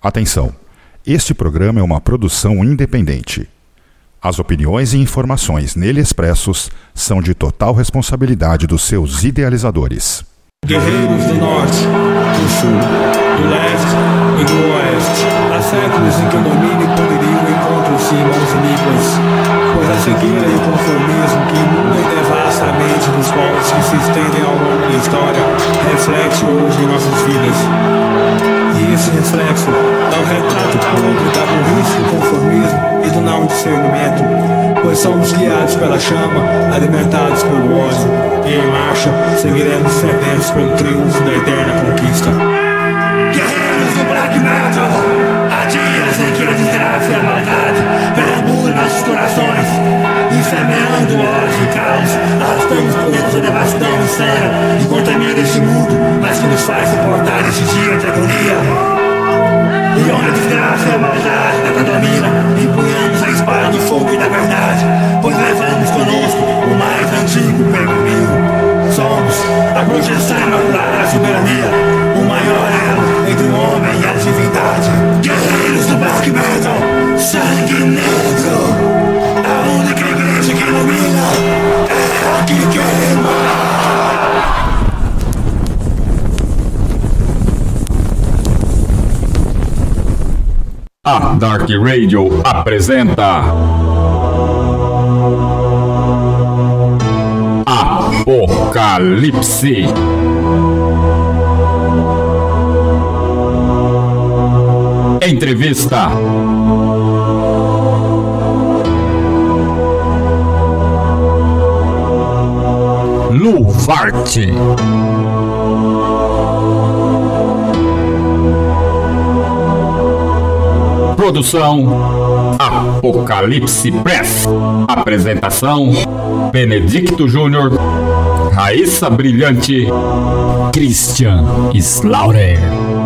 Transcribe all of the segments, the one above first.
Atenção! Este programa é uma produção independente. As opiniões e informações nele expressos são de total responsabilidade dos seus idealizadores. Guerreiros do norte, do sul, do leste e do oeste, há séculos em que o domínio e poderio encontram-se em mãos iníquas, pois a cegueira e o conformismo que inundam e devastam a mente dos povos que se estendem ao longo da história reflete hoje em nossas vidas. E esse reflexo é um retrato podre da burrice, do conformismo e do não discernimento, pois somos guiados pela chama, alimentados pelo ódio, e em marcha seguiremos sedentos pelo triunfo da eterna conquista. Guerreiros do Black Metal, há dias em que a desgraça e a maldade mergulham nossos corações, e semeando ódio e caos, arrastamos por dentro a devastação e cera, e contamina este mundo, mas que nos faz suportar este dia de agonia. E onde a desgraça e a maldade predomina, empunhamos a espada do fogo e da verdade, pois levamos conosco o mais antigo pergaminho. Somos a projeção imaculada da soberania, o maior elo entre o homem e a divindade. Guerreiros do Black Metal, sangue negro, a única igreja que ilumina é a que queima. A Dark Radio apresenta Apocalipse. Entrevista. Luvarte. Produção Apocalipse Press. Apresentação Benedicto Júnior, Raíssa Brilhante, Christian Slaughter.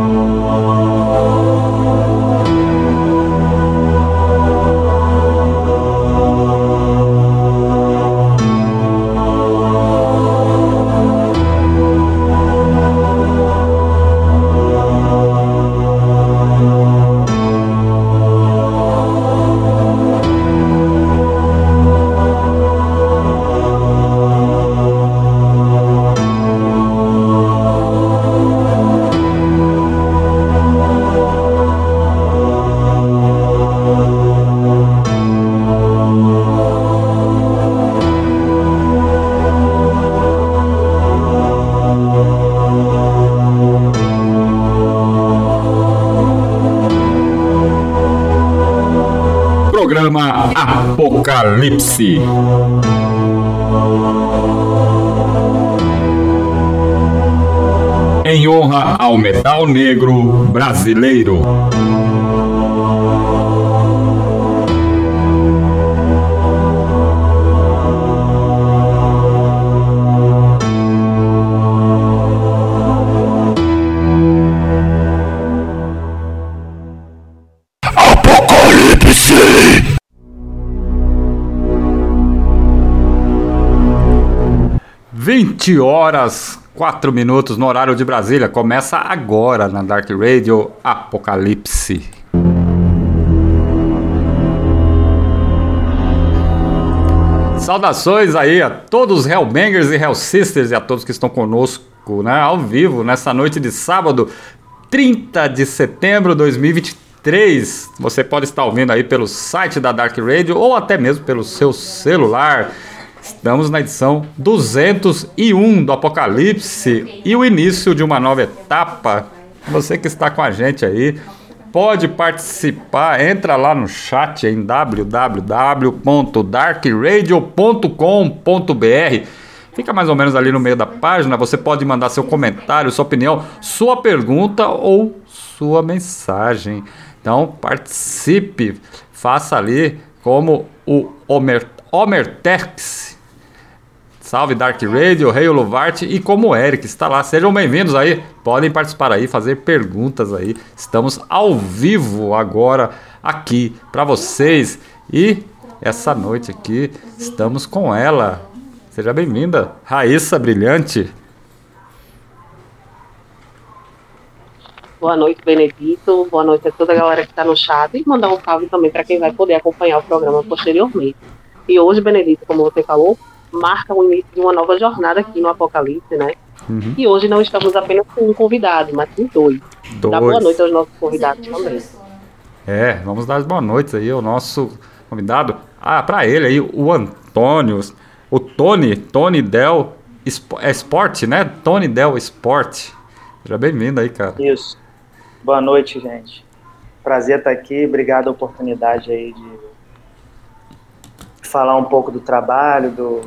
Programa Apocalipse. Em honra ao metal negro brasileiro. Apocalipse! 20h04 no horário de Brasília. Começa agora na Dark Radio Apocalipse. Saudações aí a todos os Hellbangers e Hellsisters e a todos que estão conosco, né, ao vivo nessa noite de sábado, 30 de setembro de 2023. Você pode estar ouvindo aí pelo site da Dark Radio ou até mesmo pelo seu celular. Estamos na edição 201 do Apocalipse e o início de uma nova etapa. Você que está com a gente aí, pode participar, entra lá no chat em www.darkradio.com.br. Fica mais ou menos ali no meio da página, você pode mandar seu comentário, sua opinião, sua pergunta ou sua mensagem. Então participe, faça ali como o Omertex. Salve Dark Radio, Rei Luvarte e como o Eric está lá. Sejam bem-vindos aí, podem participar aí, fazer perguntas aí. Estamos ao vivo agora aqui para vocês. E essa noite aqui estamos com ela. Seja bem-vinda, Raíssa Brilhante. Boa noite, Benedito. Boa noite a toda a galera que está no chat. E mandar um salve também para quem vai poder acompanhar o programa posteriormente. E hoje, Benedito, como você falou, marca o início de uma nova jornada aqui no Apocalipse, né? E hoje não estamos apenas com um convidado, mas com dois. Dá boa noite aos nossos convidados também. Vamos dar as boas noites aí ao nosso convidado. Para ele aí, o Antônio, o Tony Del Sport, né? Tony Del Sport. Seja bem-vindo aí, cara. Isso. Boa noite, gente. Prazer estar aqui. Obrigado a oportunidade aí de falar um pouco do trabalho, do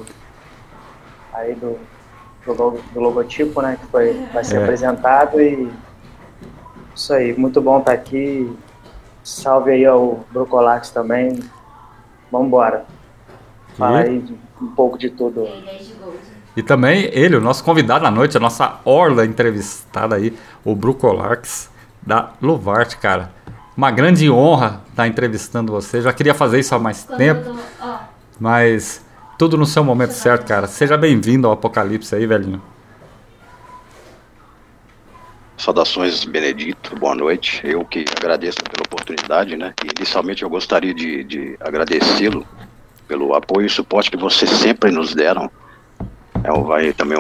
logotipo, né? Que vai ser apresentado e isso aí. Muito bom estar aqui. Salve aí ao Brocolax também. Vamos embora. Falar aí um pouco de tudo. E também ele, o nosso convidado da noite, a nossa orla entrevistada aí, o Brocolax da Luvart, cara. Uma grande honra estar entrevistando você. Já queria fazer isso há mais tempo, mas tudo no seu momento certo, cara. Seja bem-vindo ao Apocalipse aí, velhinho. Saudações, Benedito, boa noite. Eu que agradeço pela oportunidade, né? E inicialmente eu gostaria de agradecê-lo pelo apoio e suporte que vocês sempre nos deram. Vai também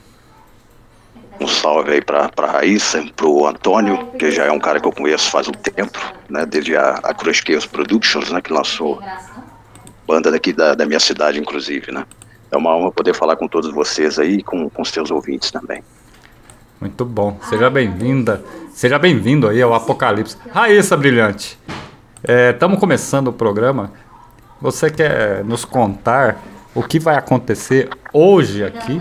um salve aí para a Raíssa, para o Antônio, que já é um cara que eu conheço faz um tempo, né? Desde a Crush Chaos Productions, né? Que lançou banda daqui da minha cidade, inclusive, né? É uma honra poder falar com todos vocês aí e com seus ouvintes também. Muito bom. Seja bem-vinda. Seja bem-vindo aí ao Apocalipse. Raíssa Brilhante. Estamos começando o programa. Você quer nos contar o que vai acontecer hoje aqui?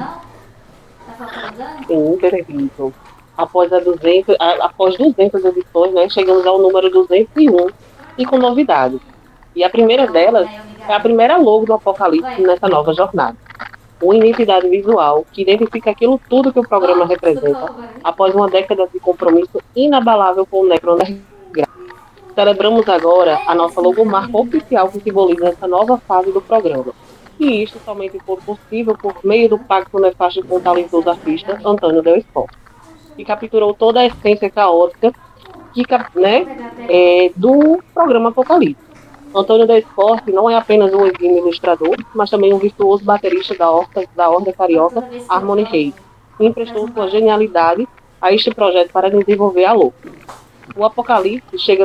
Sim, Benedito. Após 200 edições, né, chegamos ao número 201 e com novidades. E a primeira delas é a primeira logo do Apocalipse nessa nova jornada. Uma identidade visual que identifica aquilo tudo que o programa representa após uma década de compromisso inabalável com o Necro Underground. Celebramos agora a nossa logomarca oficial que simboliza essa nova fase do programa. E isto somente foi possível por meio do pacto nefasto com o talentoso artista Antônio Del Sport, que capturou toda a essência caótica do programa Apocalipse. Antônio Del Sport não é apenas um exímio ilustrador, mas também um virtuoso baterista da horda carioca Harmony Reis, que emprestou sua genialidade a este projeto para desenvolver a logo. O Apocalipse chega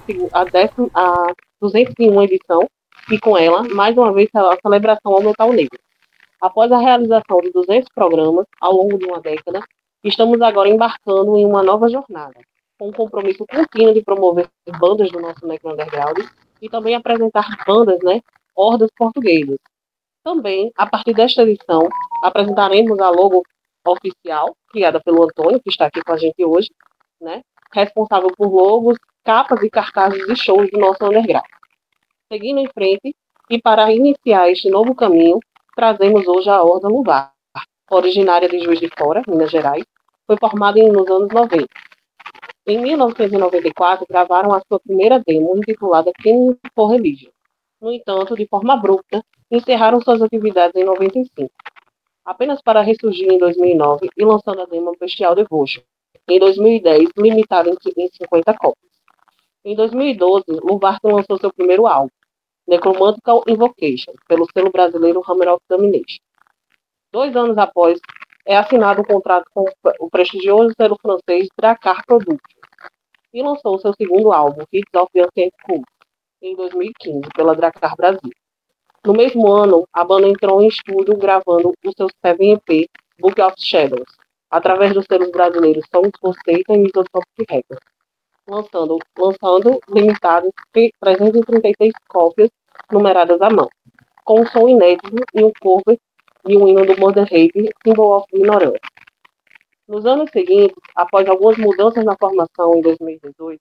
à 201 edição e com ela, mais uma vez, a celebração ao metal negro. Após a realização de 200 programas ao longo de uma década, estamos agora embarcando em uma nova jornada, com um compromisso contínuo de promover bandas do nosso Necro Underground e também apresentar bandas, hordas portuguesas. Também, a partir desta edição, apresentaremos a logo oficial, criada pelo Antônio, que está aqui com a gente hoje, responsável por logos, capas e cartazes de shows do nosso underground. Seguindo em frente, e para iniciar este novo caminho, trazemos hoje a Horda Luvart, originária de Juiz de Fora, Minas Gerais, foi formada nos anos 90. Em 1994, gravaram a sua primeira demo, intitulada Killing for Religion. No entanto, de forma abrupta, encerraram suas atividades em 95, apenas para ressurgir em 2009 e lançando a demo Bestial Devotion, em 2010, limitada em 50 cópias. Em 2012, Luvart lançou seu primeiro álbum, Necromantical Invocation, pelo selo brasileiro Hammer of Domination. 2 anos após, é assinado um contrato com o prestigioso selo francês Drakkar Productions e lançou seu segundo álbum, Hits of the Ancient Cult, em 2015, pela Drakkar Brasil. No mesmo ano, a banda entrou em estúdio gravando o seu 7EP, Book of Shadows, através dos selos brasileiros Sons for Satan e Misotopic Records, lançando limitados 336 cópias numeradas à mão, com um som inédito e um cover e um hino do Mother Rape, Symbol of Ignorance. Nos anos seguintes, após algumas mudanças na formação em 2018,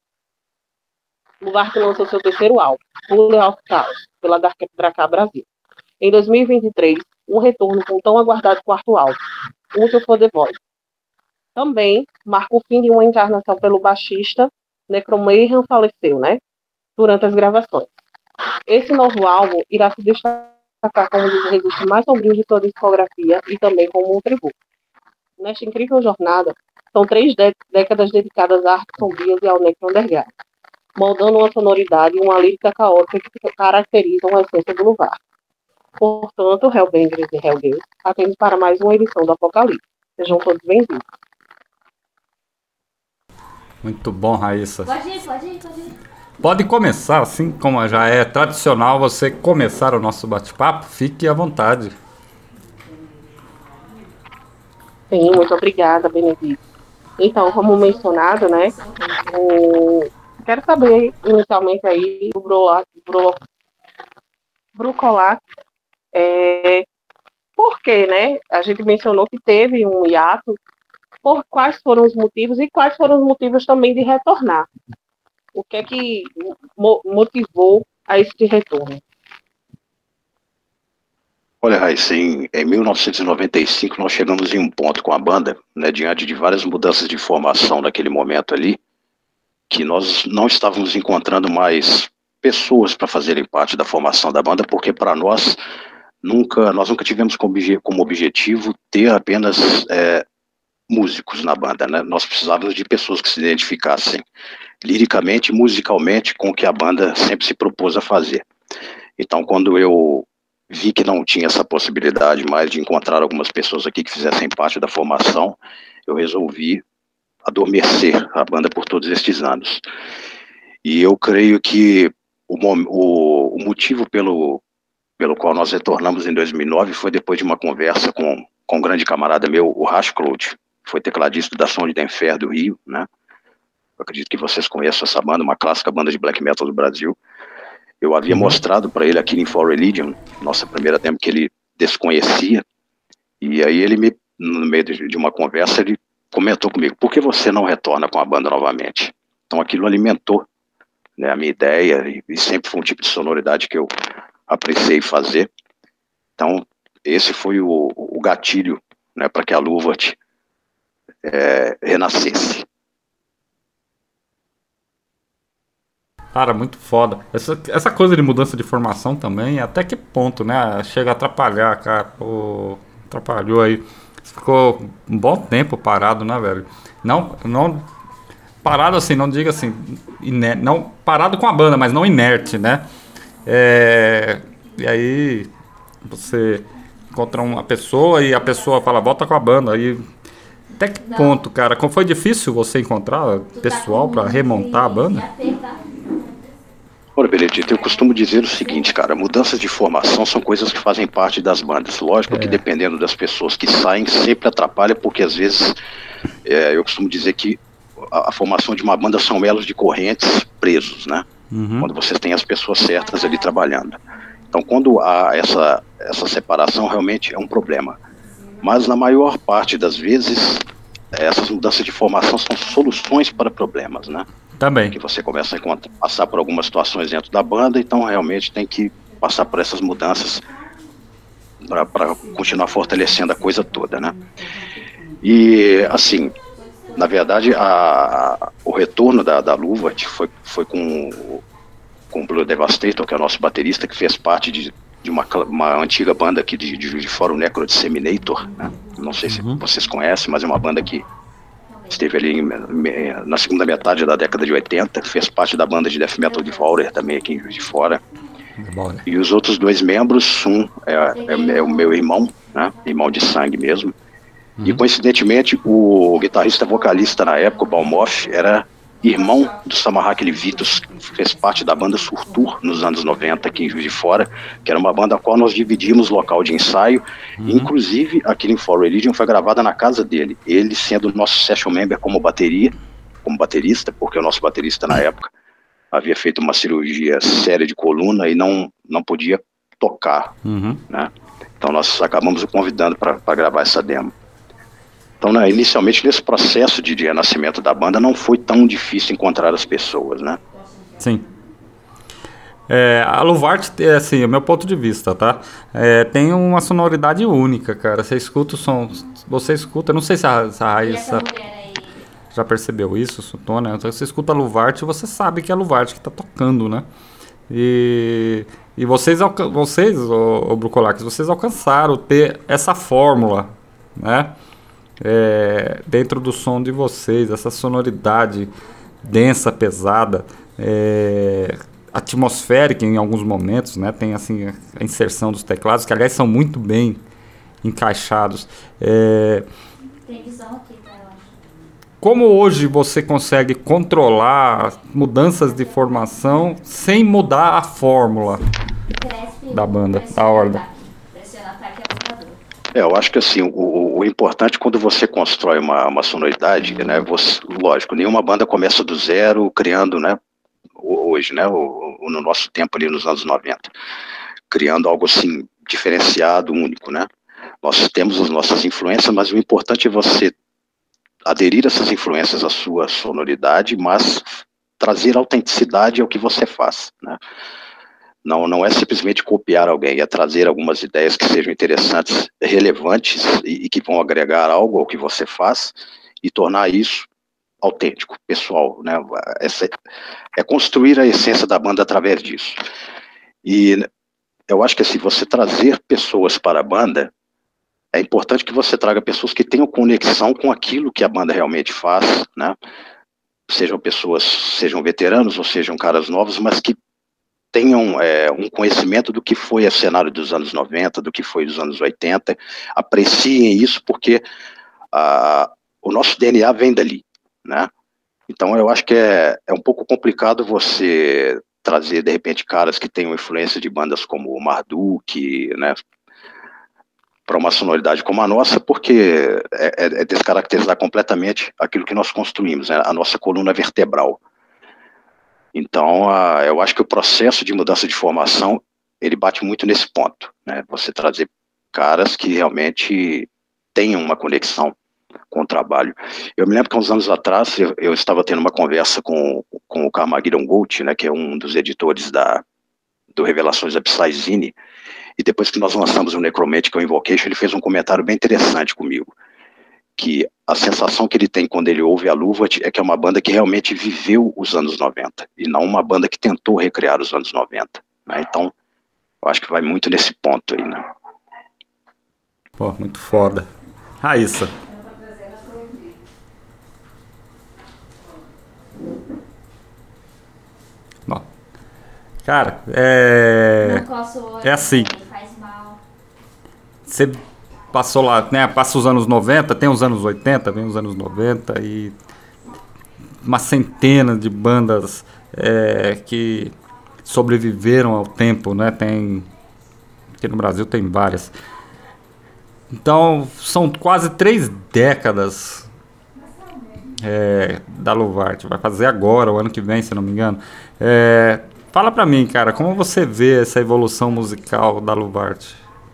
Luvart lançou seu terceiro álbum, Full of Chaos, pela Drakkar Brasil. Em 2023, um retorno com o tão aguardado quarto álbum, Until for the Voice. Também marca o fim de uma encarnação pelo baixista Necromayhem faleceu, durante as gravações. Esse novo álbum irá se destacar como um dos registros mais sombrios de sua discografia e também como um tributo. Nesta incrível jornada, são 3 décadas dedicadas a artes sombrias e ao Necro Underground, moldando uma sonoridade e uma lírica caótica que caracterizam a essência do lugar. Portanto, Hellbangers e Hellgirls atendem para mais uma edição do Apocalipse. Sejam todos bem-vindos. Muito bom, Raíssa. Pode ir. Pode começar, assim como já é tradicional você começar o nosso bate-papo. Fique à vontade. Sim, muito obrigada, Benedito. Então, como mencionado, né, quero saber inicialmente aí do Brucolax, por que, né, a gente mencionou que teve um hiato, por quais foram os motivos e quais foram os motivos também de retornar. O que é que motivou a esse retorno? Olha, Raíssa, em 1995 nós chegamos em um ponto com a banda, né, diante de várias mudanças de formação naquele momento ali, que nós não estávamos encontrando mais pessoas para fazerem parte da formação da banda, porque para nós nunca tivemos como objetivo ter apenas músicos na banda, né? Nós precisávamos de pessoas que se identificassem liricamente e musicalmente com o que a banda sempre se propôs a fazer. Então, quando eu vi que não tinha essa possibilidade mais de encontrar algumas pessoas aqui que fizessem parte da formação, eu resolvi adormecer a banda por todos estes anos. E eu creio que o motivo pelo qual nós retornamos em 2009 foi depois de uma conversa com um grande camarada meu, o Rashcloud, que foi tecladista da Som de Denfer do Rio, né? Eu acredito que vocês conheçam essa banda, uma clássica banda de black metal do Brasil. Eu havia mostrado para ele a Killing for Religion, nossa primeira demo, que ele desconhecia, e aí ele no meio de uma conversa, ele comentou comigo: por que você não retorna com a banda novamente? Então aquilo alimentou, né, a minha ideia, e sempre foi um tipo de sonoridade que eu apreciei fazer. Então esse foi o gatilho, né, para que a Luvart renascesse. Cara, muito foda. Essa coisa de mudança de formação também, até que ponto, né? Chega a atrapalhar, cara. Pô, atrapalhou aí. Ficou um bom tempo parado, né, velho? Não parado assim, não diga assim, não parado com a banda, mas não inerte, né? E aí você encontra uma pessoa e a pessoa fala, volta com a banda. Aí, até que ponto, cara? Como foi difícil você encontrar pessoal pra remontar a banda? Olha, Benedito, eu costumo dizer o seguinte, cara: mudanças de formação são coisas que fazem parte das bandas. Lógico que dependendo das pessoas que saem, sempre atrapalha, porque às vezes eu costumo dizer que a formação de uma banda são elos de correntes presos, né? Quando você tem as pessoas certas ali trabalhando. Então, quando há essa separação, realmente é um problema. Mas na maior parte das vezes, essas mudanças de formação são soluções para problemas, né? Também. Que você começa a passar por algumas situações dentro da banda, então realmente tem que passar por essas mudanças para continuar fortalecendo a coisa toda, né? E assim, na verdade, o retorno da Luvart foi com o Blue Devastator, que é o nosso baterista, que fez parte de uma antiga banda aqui de Juiz de Fora, o Necro Disseminator, né? Não sei se vocês conhecem, mas é uma banda que esteve ali na segunda metade da década de 80, fez parte da banda de death metal de Fowler, também aqui em Juiz de Fora. E os outros 2 membros, um é o meu irmão, né? Irmão de sangue mesmo. E coincidentemente, o guitarrista vocalista na época, o Balmoff, era irmão do Samarrak Levitos, que fez parte da banda Surtur nos anos 90 aqui em Juiz de Fora, que era uma banda a qual nós dividimos local de ensaio. Inclusive a Killing for Religion foi gravada na casa dele, ele sendo o nosso session member como baterista, porque o nosso baterista na época havia feito uma cirurgia séria de coluna e não podia tocar, né? Então nós acabamos o convidando para gravar essa demo. Então, né, inicialmente, nesse processo de renascimento da banda, não foi tão difícil encontrar as pessoas, né? Sim. A Luvart, assim, é o meu ponto de vista, tá? Tem uma sonoridade única, cara. Você escuta o som, não sei se a Raíssa já percebeu isso, Sutona. Então, você escuta a Luvart e você sabe que é a Luvart que tá tocando, né? E vocês, o Brucolax, vocês alcançaram ter essa fórmula, né? dentro do som de vocês, essa sonoridade densa, pesada, atmosférica em alguns momentos, né? Tem assim a inserção dos teclados, que aliás são muito bem encaixados. Tem visão aqui, tá? Eu acho. Como hoje você consegue controlar mudanças de formação sem mudar a fórmula da banda, da Horda? Pressiona ataque aplicador. Eu acho que assim, o importante quando você constrói uma sonoridade, né? Lógico, nenhuma banda começa do zero criando, né? Hoje, né? No nosso tempo ali nos anos 90, criando algo assim diferenciado, único, né? Nós temos as nossas influências, mas o importante é você aderir essas influências à sua sonoridade, mas trazer autenticidade ao que você faz, né? Não é simplesmente copiar alguém, é trazer algumas ideias que sejam interessantes, relevantes e que vão agregar algo ao que você faz e tornar isso autêntico, pessoal, né? É construir a essência da banda através disso. E eu acho que se você trazer pessoas para a banda, é importante que você traga pessoas que tenham conexão com aquilo que a banda realmente faz, né? Sejam veteranos ou sejam caras novos, mas que tenham um conhecimento do que foi o cenário dos anos 90, do que foi dos anos 80, apreciem isso porque o nosso DNA vem dali, né? Então eu acho que é um pouco complicado você trazer, de repente, caras que tenham influência de bandas como o Marduk, né, para uma sonoridade como a nossa, porque é descaracterizar completamente aquilo que nós construímos, né, a nossa coluna vertebral. Então, eu acho que o processo de mudança de formação, ele bate muito nesse ponto, né, você trazer caras que realmente tenham uma conexão com o trabalho. Eu me lembro que há uns anos atrás eu estava tendo uma conversa com o Carmageddon Gold, né, que é um dos editores do Revelações da Psyzine, e depois que nós lançamos o Necromantic, o Invocation, ele fez um comentário bem interessante comigo, que a sensação que ele tem quando ele ouve a Luvat é que é uma banda que realmente viveu os anos 90, e não uma banda que tentou recriar os anos 90, né? Então, eu acho que vai muito nesse ponto aí, né? Pô, muito foda. Raíssa. Bom, cara, é assim. Faz mal. Você passou lá, né? Passa os anos 90, tem os anos 80, vem os anos 90 e uma centena de bandas que sobreviveram ao tempo, né? Aqui no Brasil tem várias. Então, são quase 3 décadas da Louvart. Vai fazer agora, o ano que vem, se não me engano. Fala pra mim, cara, como você vê essa evolução musical da Louvart?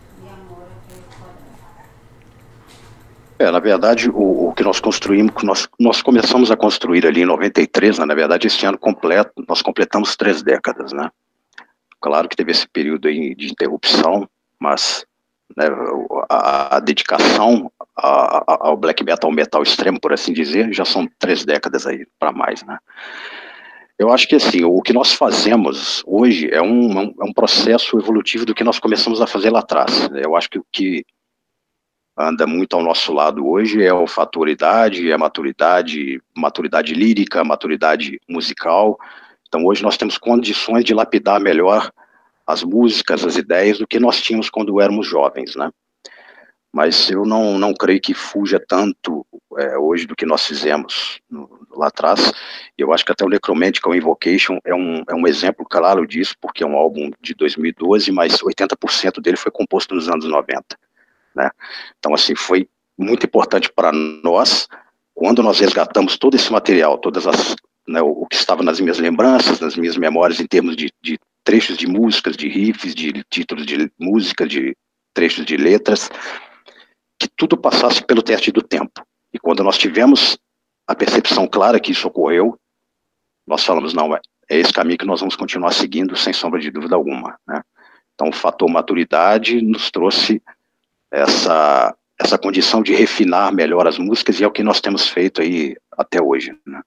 Na verdade, o que nós construímos, nós começamos a construir ali em 93, né? Na verdade, esse ano completo, nós completamos 3 décadas, né? Claro que teve esse período aí de interrupção, mas, né, a dedicação ao black metal, ao metal extremo, por assim dizer, já são 3 décadas aí para mais, né? Eu acho que assim, o que nós fazemos hoje é um processo evolutivo do que nós começamos a fazer lá atrás. Eu acho que o que anda muito ao nosso lado hoje é a fator idade, a maturidade lírica, maturidade musical. Então hoje nós temos condições de lapidar melhor as músicas, as ideias do que nós tínhamos quando éramos jovens, né? Mas eu não creio que fuja tanto hoje do que nós fizemos lá atrás. Eu acho que até o Necromantic, o Invocation, é um exemplo claro disso, porque é um álbum de 2012, mas 80% dele foi composto nos anos 90, né? Então, assim, foi muito importante para nós, quando nós resgatamos todo esse material, né, o que estava nas minhas lembranças, nas minhas memórias, em termos de trechos de músicas, de riffs, de títulos de música, de trechos de letras, que tudo passasse pelo teste do tempo. E quando nós tivemos a percepção clara que isso ocorreu, nós falamos, não, é esse caminho que nós vamos continuar seguindo, sem sombra de dúvida alguma, né? Então, o fator maturidade nos trouxe essa condição de refinar melhor as músicas, e é o que nós temos feito aí até hoje, né?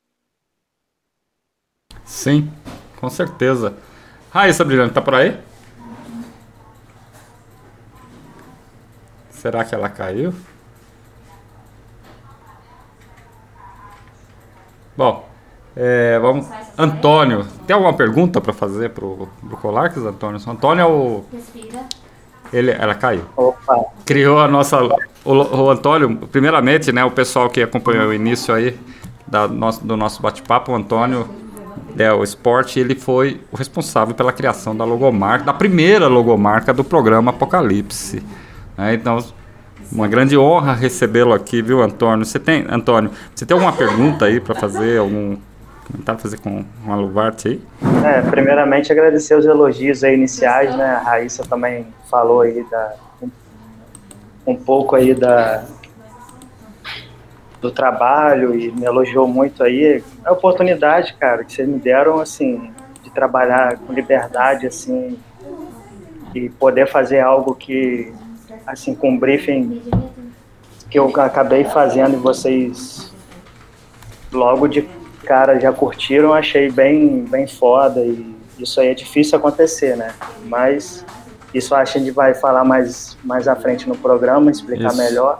Sim, com certeza. Raíssa Brilhante, tá por aí? Será que ela caiu? Bom, vamos. Antônio, tem alguma pergunta para fazer pro Colax, Antônio? Antônio é o. Ela caiu. Opa. Criou a nossa. O Antônio, primeiramente, né? O pessoal que acompanhou o início aí do nosso bate-papo, o Antônio o Esporte, ele foi o responsável pela criação da logomarca, da primeira logomarca do programa Apocalipse. Né? Então, uma grande honra recebê-lo aqui, viu, Antônio? Antônio, você tem alguma pergunta aí para fazer? Algum comentário fazer com a Luvarte aí? Primeiramente agradecer os elogios aí iniciais, né? A Raíssa também falou aí um pouco aí do trabalho e me elogiou muito aí. A oportunidade, cara, que vocês me deram, assim, de trabalhar com liberdade, assim, e poder fazer algo que, assim, com um briefing que eu acabei fazendo e vocês logo de cara já curtiram, achei bem foda, e isso aí é difícil acontecer, né? Mas isso acho que a gente vai falar mais à frente no programa, explicar melhor.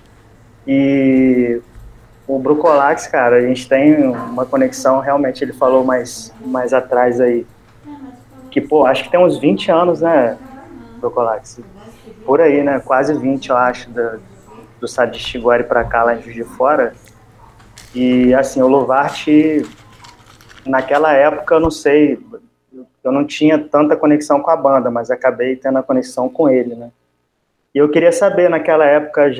E o Brucolax, cara, a gente tem uma conexão, realmente, ele falou mais atrás aí, que, pô, acho que tem uns 20 anos, né, Brucolax? Por aí, né? Quase 20, eu acho, do Sadistiguari pra cá, lá em Juiz de Fora. E, assim, o Luvarte, naquela época, eu não sei, eu não tinha tanta conexão com a banda, mas acabei tendo a conexão com ele, né? E eu queria saber, naquela época,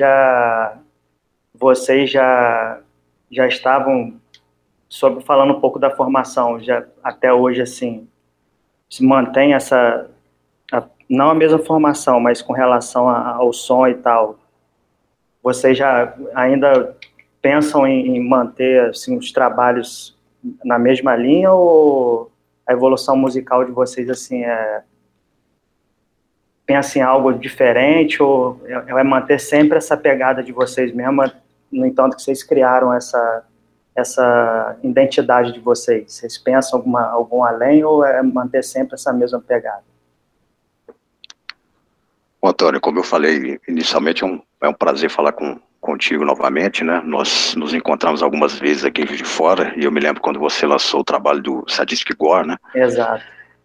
vocês já estavam, falando um pouco da formação, já até hoje, assim, se mantém não a mesma formação, mas com relação ao som e tal, vocês já ainda pensam em manter, assim, os trabalhos na mesma linha, ou a evolução musical de vocês, assim, pensa em algo diferente, ou vai manter sempre essa pegada de vocês mesmo, no entanto que vocês criaram essa identidade de vocês? Vocês pensam algum além, ou é manter sempre essa mesma pegada? Bom, Antônio, como eu falei inicialmente, é um prazer falar contigo novamente, né? Nós nos encontramos algumas vezes aqui em Juiz de Fora, e eu me lembro quando você lançou o trabalho do Sadistic Gore, né? Exato.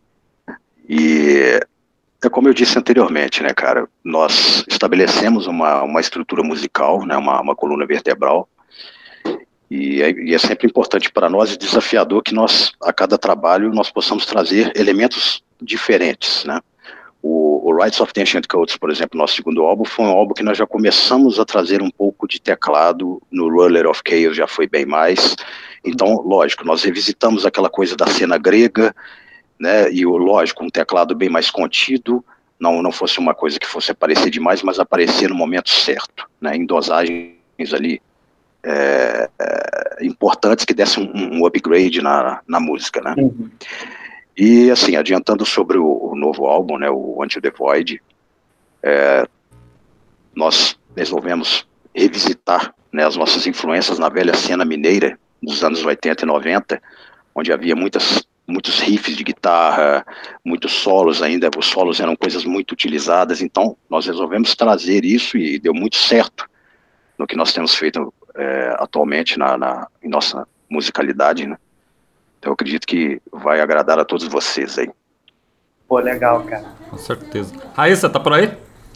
E é como eu disse anteriormente, né, cara? Nós estabelecemos uma estrutura musical, né? Uma coluna vertebral, e é sempre importante para nós e desafiador que nós, a cada trabalho, nós possamos trazer elementos diferentes, né? O Rites of the Ancient Codes, por exemplo, nosso segundo álbum, foi um álbum que nós já começamos a trazer um pouco de teclado. No Ruler of Chaos já foi bem mais. Então, lógico, nós revisitamos aquela coisa da cena grega, né? E lógico, um teclado bem mais contido, não fosse uma coisa que fosse aparecer demais, mas aparecer no momento certo, né? Em dosagens ali importantes que dessem um upgrade na música, né? Uhum. E, assim, adiantando sobre o novo álbum, né, o Until the Void, nós resolvemos revisitar, né, as nossas influências na velha cena mineira dos anos 80 e 90, onde havia muitos riffs de guitarra, muitos solos ainda, os solos eram coisas muito utilizadas, então nós resolvemos trazer isso e deu muito certo no que nós temos feito atualmente em nossa musicalidade, né? Então eu acredito que vai agradar a todos vocês aí. Pô, legal, cara. Com certeza. Raíssa, tá por aí?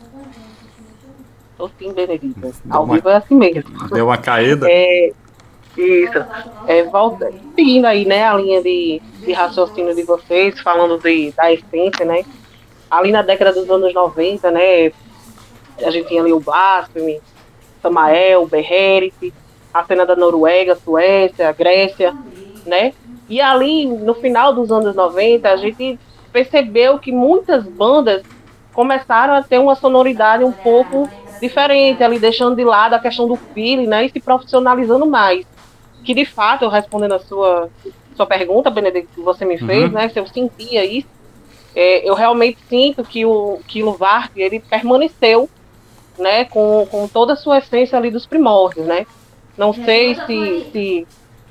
Tô sim, Benedita. Ao vivo é assim mesmo. Deu uma caída? Isso. Seguindo aí, né, a linha de raciocínio de vocês, falando da essência, né? Ali na década dos anos 90, né, a gente tinha ali o Blasphemy, Samael, Beherit, a cena da Noruega, Suécia, Grécia, né? E ali, no final dos anos 90, a gente percebeu que muitas bandas começaram a ter uma sonoridade um pouco diferente, ali deixando de lado a questão do feeling, né, e se profissionalizando mais. Que, de fato, eu respondendo a sua pergunta, Benedito, que você me fez, né, se eu sentia isso, eu realmente sinto que o Luvarte, ele permaneceu, né, com toda a sua essência ali dos primórdios, né. Não sei se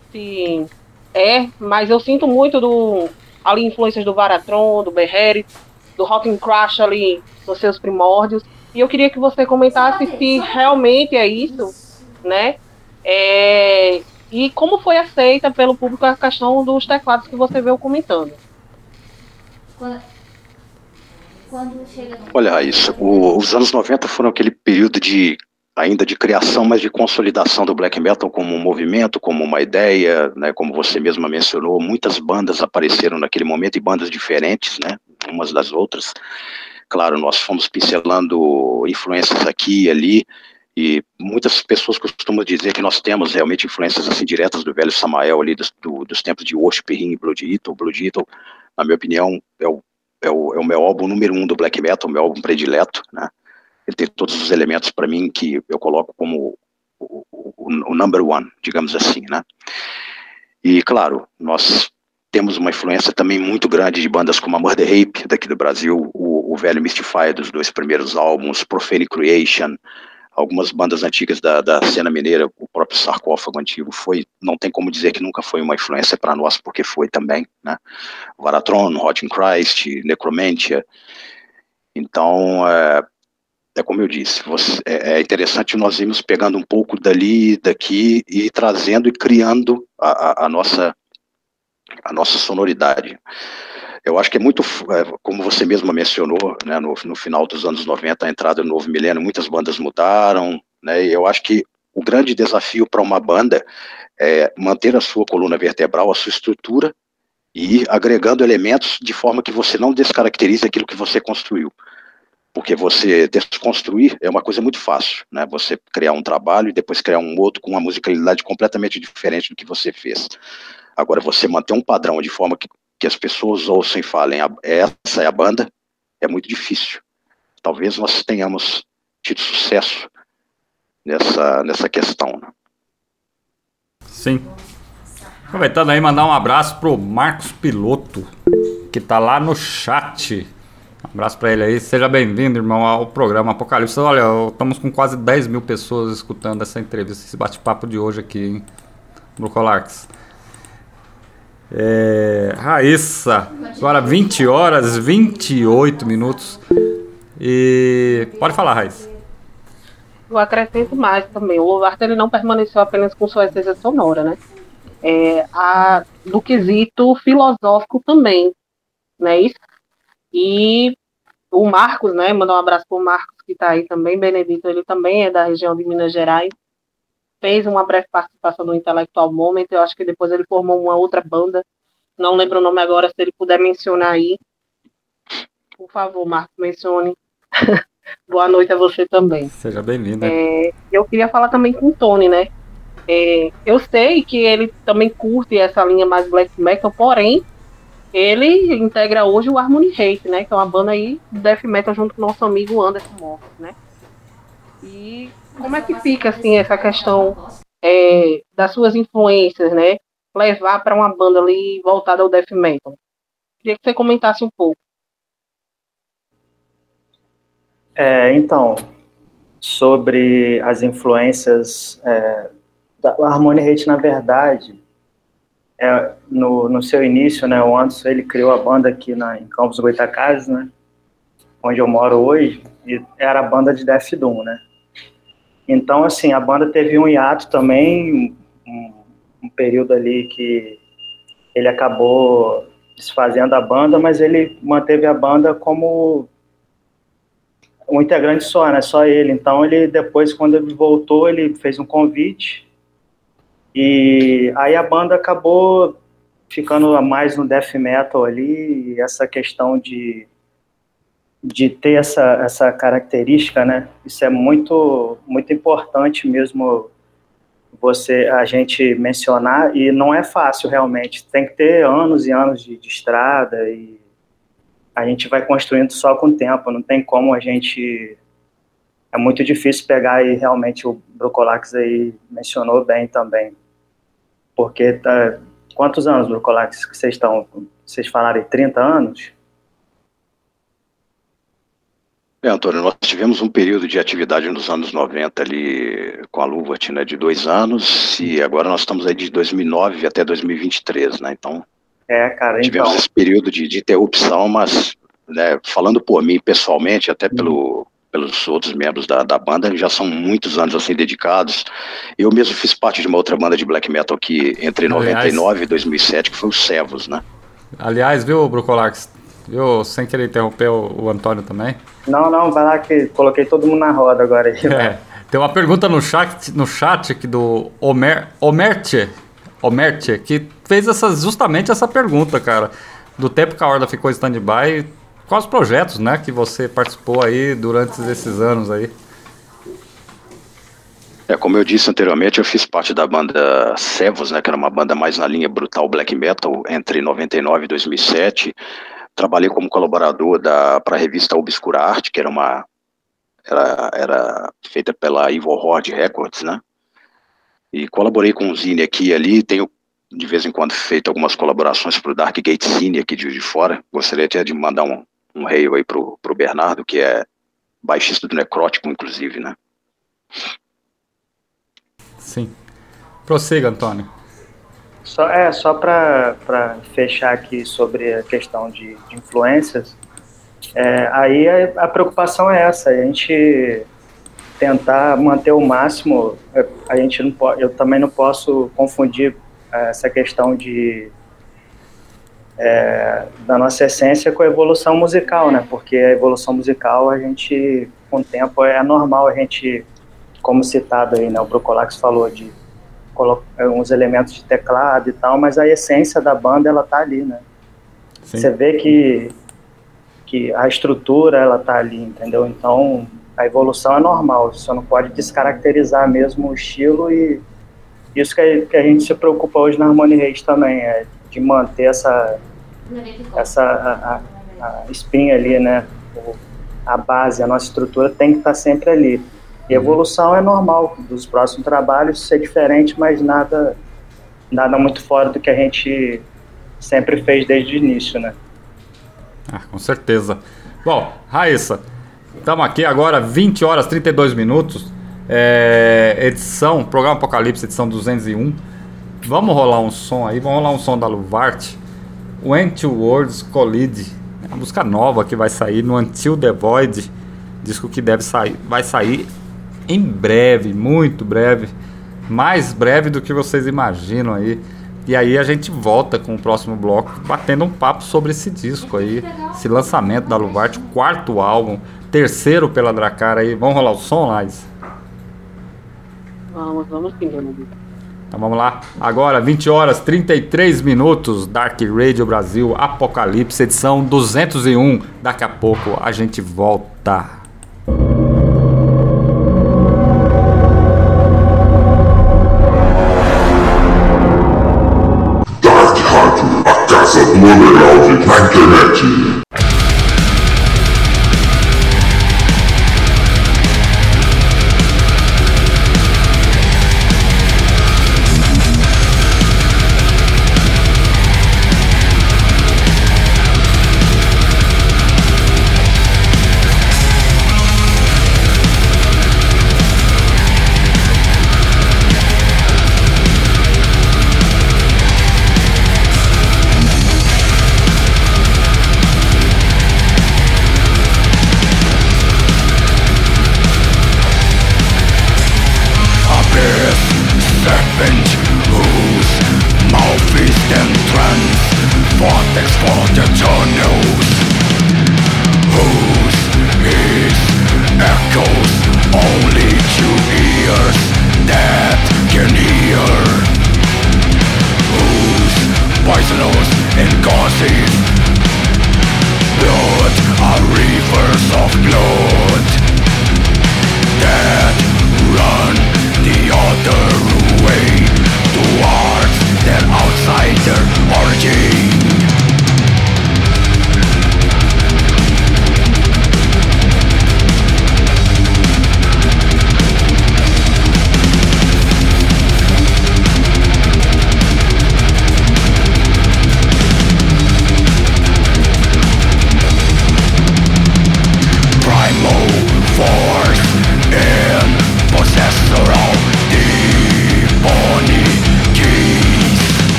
mas eu sinto muito ali influências do Varatron, do Beherit, do Rockin' Crash ali nos seus primórdios, e eu queria que você comentasse se realmente é isso, né? E como foi aceita pelo público a questão dos teclados que você veio comentando? Quando chega no... Olha, Raíssa, os anos 90 foram aquele período ainda de criação, mas de consolidação do black metal como um movimento, como uma ideia, né, como você mesma mencionou, muitas bandas apareceram naquele momento e bandas diferentes, né, umas das outras. Claro, nós fomos pincelando influências aqui e ali, e muitas pessoas costumam dizer que nós temos realmente influências assim diretas do velho Samael ali, dos tempos de Worship Hymn e Blood Eagle. Blood Eagle, na minha opinião, é o meu álbum número 1 do black metal, meu álbum predileto, né? Ele tem todos os elementos para mim que eu coloco como o number one, digamos assim, né? E claro, nós temos uma influência também muito grande de bandas como a Murder Rape, daqui do Brasil, o velho Mystify dos 2 primeiros álbuns, Profane Creation, algumas bandas antigas da cena mineira, o próprio Sarcófago Antigo não tem como dizer que nunca foi uma influência para nós, porque foi também, né? Varatron, Rotting Christ, Necromantia. Então, é como eu disse, é interessante nós irmos pegando um pouco dali, daqui, e trazendo e criando a nossa sonoridade. Eu acho que é muito, como você mesma mencionou, né, no final dos anos 90, a entrada do novo milênio, muitas bandas mudaram, né, e eu acho que o grande desafio para uma banda é manter a sua coluna vertebral, a sua estrutura, e ir agregando elementos de forma que você não descaracterize aquilo que você construiu. Porque você desconstruir é uma coisa muito fácil, né? Você criar um trabalho e depois criar um outro com uma musicalidade completamente diferente do que você fez. Agora, você manter um padrão de forma que as pessoas ouçam e falem, essa é a banda, é muito difícil. Talvez nós tenhamos tido sucesso nessa questão, né? Sim. Aproveitando aí, mandar um abraço pro Marcos Piloto, que tá lá no chat. Um abraço pra ele aí, seja bem-vindo, irmão, ao programa Apocalipse. Olha, estamos com quase 10 mil pessoas escutando essa entrevista, esse bate-papo de hoje aqui, hein, no Colax. Raíssa, agora 20 horas, 28 minutos. E pode falar, Raíssa. Eu acrescento mais também. O Louvarte, ele não permaneceu apenas com sua essência sonora, né? Do quesito filosófico também, né? Isso. E o Marcos, né? Mandar um abraço pro Marcos, que está aí também. Benedito, ele também é da região de Minas Gerais. Fez uma breve participação no Intellectual Moment. Eu acho que depois ele formou uma outra banda. Não lembro o nome agora, se ele puder mencionar aí. Por favor, Marcos, mencione. Boa noite a você também. Seja bem-vindo. Eu queria falar também com o Tony, né? Eu sei que ele também curte essa linha mais black metal, porém ele integra hoje o Harmony Hate, né? Que é uma banda aí de death metal junto com o nosso amigo Anderson Morris, né? E como é que fica, assim, essa questão das suas influências, né? Levar para uma banda ali voltada ao death metal. Queria que você comentasse um pouco. Então, sobre as influências da Harmony Hate, na verdade, no seu início, né, o Anderson, ele criou a banda aqui em Campos Goytacazes, né, onde eu moro hoje, e era a banda de Death Doom, né. Então, assim, a banda teve um hiato também, um período ali que ele acabou desfazendo a banda, mas ele manteve a banda como um integrante só, né, só ele. Então, ele depois, quando ele voltou, ele fez um convite, e aí a banda acabou ficando mais no death metal ali, e essa questão de ter essa característica, né? Isso é muito, muito importante mesmo a gente mencionar, e não é fácil realmente, tem que ter anos e anos de estrada, e a gente vai construindo só com o tempo, não tem como a gente... É muito difícil pegar, e realmente o Brocolax aí mencionou bem também. Porque, quantos anos, Brocolax, que vocês estão? Vocês falaram 30 anos? Antônio, nós tivemos um período de atividade nos anos 90 ali com a Luvart, né, de 2 anos, e agora nós estamos aí de 2009 até 2023, né, então... cara, tivemos esse período de interrupção, mas, né, falando por mim pessoalmente, até pelo pelos outros membros da banda, já são muitos anos assim dedicados. Eu mesmo fiz parte de uma outra banda de black metal aqui entre 99 e 2007, que foi o Servos, né? Aliás, viu, Brucolax? Viu, sem querer interromper o Antônio também. Não, vai lá que coloquei todo mundo na roda agora aí. Tem uma pergunta no chat aqui do Omertje, que fez justamente essa pergunta, cara. Do tempo que a Horda ficou em stand-by, quais os projetos, né, que você participou aí durante esses anos aí? Como eu disse anteriormente, eu fiz parte da banda Servos, né, que era uma banda mais na linha brutal black metal, entre 99 e 2007. Trabalhei como colaborador para a revista Obscura Arte, que era feita pela Evil Horde Records, né? E colaborei com o Zine aqui e ali. Tenho, de vez em quando, feito algumas colaborações para o Dark Gate Cine aqui de Juiz de Fora. Gostaria até de mandar um hail aí pro Bernardo, que é baixista do Necrótico, inclusive, né? Sim. Prossiga, Antônio. Só para fechar aqui sobre a questão de influências, aí a preocupação é essa, a gente tentar manter o máximo. Eu também não posso confundir essa questão da nossa essência com a evolução musical, né? Porque a evolução musical, a gente, com o tempo, é normal a gente, como citado aí, né? O Brucolax falou de uns elementos de teclado e tal, mas a essência da banda, ela tá ali, né? Sim. Você vê que a estrutura, ela tá ali, entendeu? Então, a evolução é normal, você não pode descaracterizar mesmo o estilo, e isso que a gente se preocupa hoje na Harmony Rage também, de manter a espinha ali, né? A base, a nossa estrutura tem que estar sempre ali. E evolução é normal dos próximos trabalhos ser diferente, mas nada muito fora do que a gente sempre fez desde o início, né? Com certeza. Bom, Raíssa, estamos aqui agora 20 horas 32 minutos, Programa Apocalipse, edição 201. Vamos rolar um som aí, vamos rolar um som da Luvart, When Two Worlds Collide, uma música nova que vai sair no Until the Void, disco que vai sair em breve, muito breve, mais breve do que vocês imaginam aí. E aí a gente volta com o próximo bloco, batendo um papo sobre esse disco aí, esse lançamento da Luvart, 4º álbum, 3º pela Drakkar aí. Vamos rolar o som, Laís? Vamos sim, Danilo. Então vamos lá. Agora, 20 horas 33 minutos, Dark Radio Brasil, Apocalipse, edição 201. Daqui a pouco a gente volta. Do underground na internet.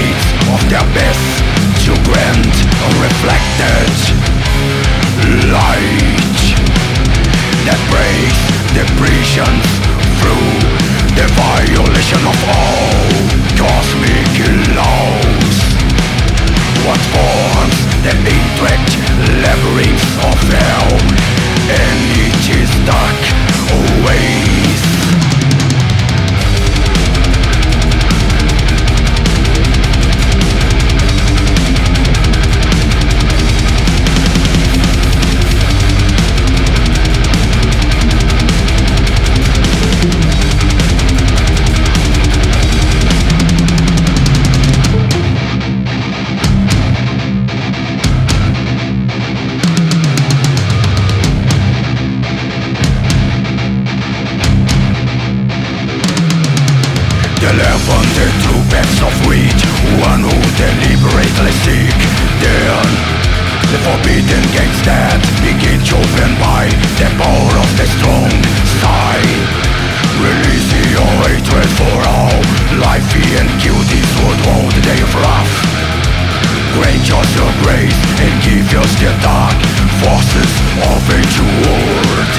Light nations through the violation of all cosmic laws. What forms the intricate labyrinths of hell, and it is dark always. The true paths of which one who deliberately seek then the forbidden gates that begin chosen by the power of the strong side. Release your hatred for all life and kill this world the day of wrath. Grant us your grace and give us the dark forces of ancient world.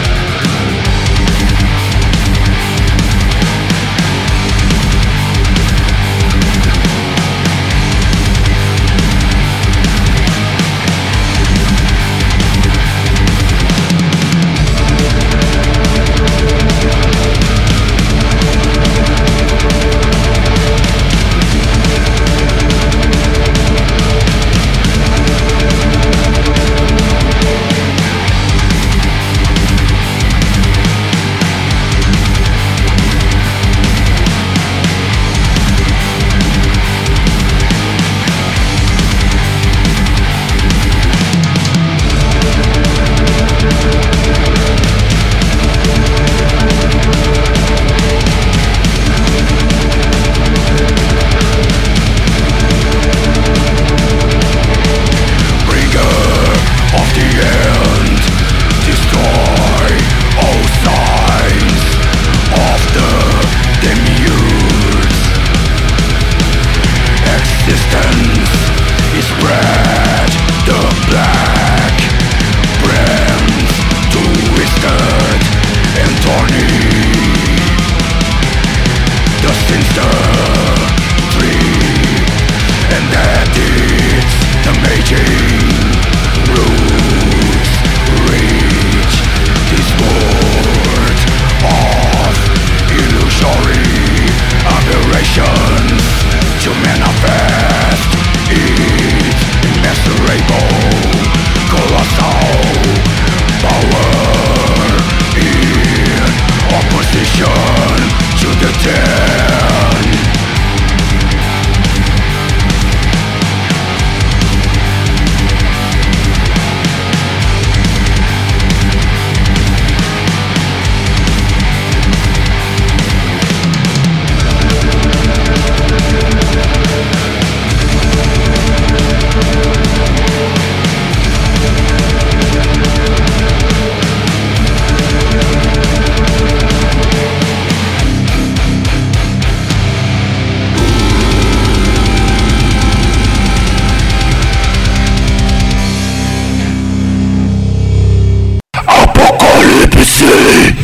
Apocalipse!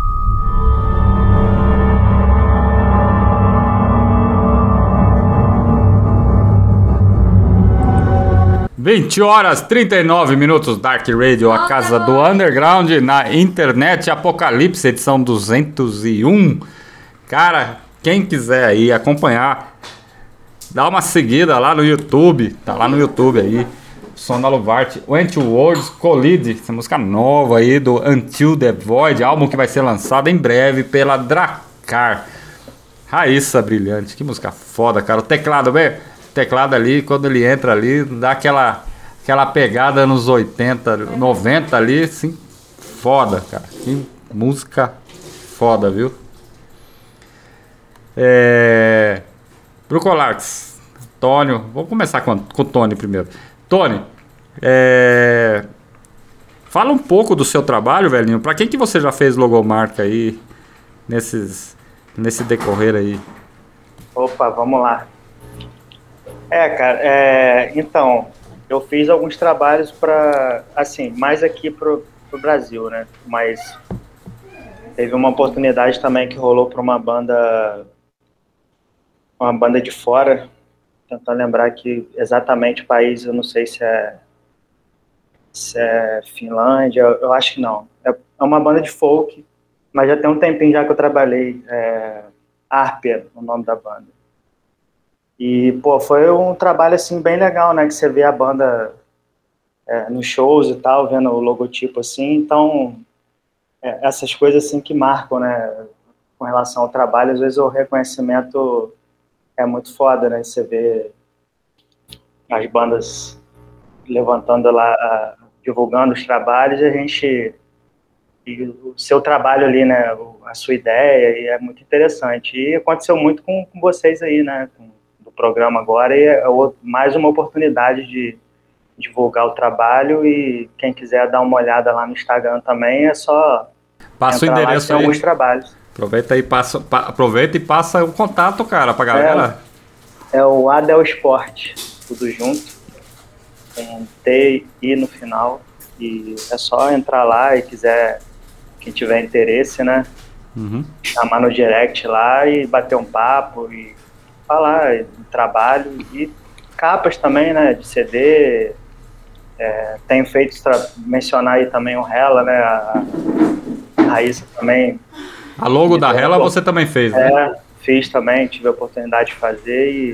20h39, Dark Radio, a casa do underground na internet, Apocalipse, edição 201. Cara, quem quiser aí acompanhar, dá uma seguida lá no YouTube, tá lá no YouTube aí, Sonaluvart, When Two Worlds Collide, essa música nova aí do Until the Void, álbum que vai ser lançado em breve pela Drakkar. Raíssa Brilhante, que música foda, cara. O teclado, velho, teclado ali, quando ele entra ali, dá aquela pegada nos 80, 90 ali, assim, foda, cara. Que música foda, viu? Brucolax, Tônio, vamos começar com o Tony primeiro. Tony, fala um pouco do seu trabalho, velhinho. Pra quem que você já fez logomarca aí, nesse decorrer aí? Opa, vamos lá. Cara, então, eu fiz alguns trabalhos para, assim, mais aqui pro Brasil, né? Mas Teve uma oportunidade também que rolou para uma banda de fora, tentando lembrar aqui exatamente o país, eu não sei se é Finlândia, eu acho que não. É uma banda de folk, mas já tem um tempinho já que eu trabalhei, Arpia, o nome da banda. E, pô, foi um trabalho, assim, bem legal, né, que você vê a banda nos shows e tal, vendo o logotipo, assim, então, essas coisas, assim, que marcam, né, com relação ao trabalho, às vezes o reconhecimento é muito foda, né, você vê as bandas levantando lá, divulgando os trabalhos, e o seu trabalho ali, né, a sua ideia, e é muito interessante. E aconteceu muito com vocês aí, né, do programa agora, e é mais uma oportunidade de divulgar o trabalho, e quem quiser dar uma olhada lá no Instagram também, é só passa o endereço lá, aí. Alguns trabalhos. Aproveita e passa o contato, cara, pra galera. É o Adel Sport, tudo junto, com T e I no final, e é só entrar lá e quem tiver interesse, né, chamar no direct lá e bater um papo e falar do trabalho e capas também, né, de CD. Tenho feito, mencionar aí também o Hella, né, a Raíssa também. A logo da Hella você também fez, né? Fiz também, tive a oportunidade de fazer e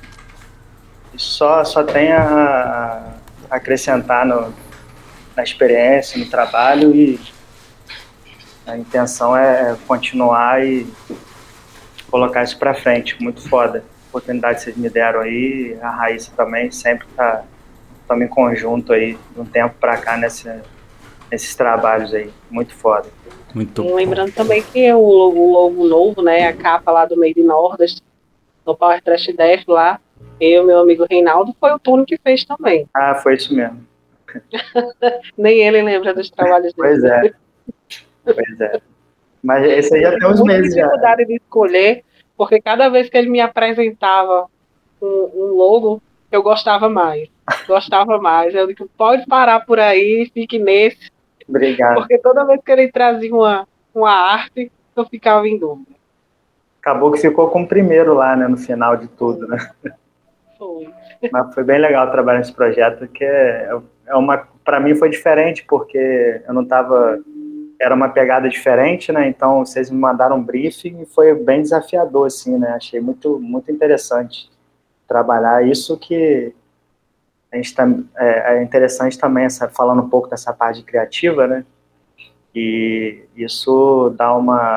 só tem a acrescentar na experiência, no trabalho, e a intenção é continuar e colocar isso pra frente. Muito foda. A oportunidade que vocês me deram aí, a Raíssa também sempre tá em conjunto aí, de um tempo pra cá, nesses trabalhos aí. Muito foda. Muito bom. Lembrando também que o logo novo, né, a capa lá do Made in Nordeste, no Power Trash Death lá, meu amigo Reinaldo, foi o Túlio que fez também. Ah, foi isso mesmo. Nem ele lembra dos trabalhos dele. Pois é. Mas esse aí já tem uns meses já. Dificuldade de escolher, porque cada vez que ele me apresentava um logo, eu gostava mais. Eu digo, pode parar por aí, fique nesse. Obrigado. Porque toda vez que ele trazia uma arte, eu ficava em dúvida. Acabou que ficou com o primeiro lá, né, no final de tudo, né? Foi. Mas foi bem legal trabalhar nesse projeto, que para mim foi diferente, porque eu não tava... Era uma pegada diferente, né? Então vocês me mandaram um briefing e foi bem desafiador, assim, né? Achei muito, muito interessante trabalhar isso, que a gente é interessante também, falando um pouco dessa parte criativa, né? E isso dá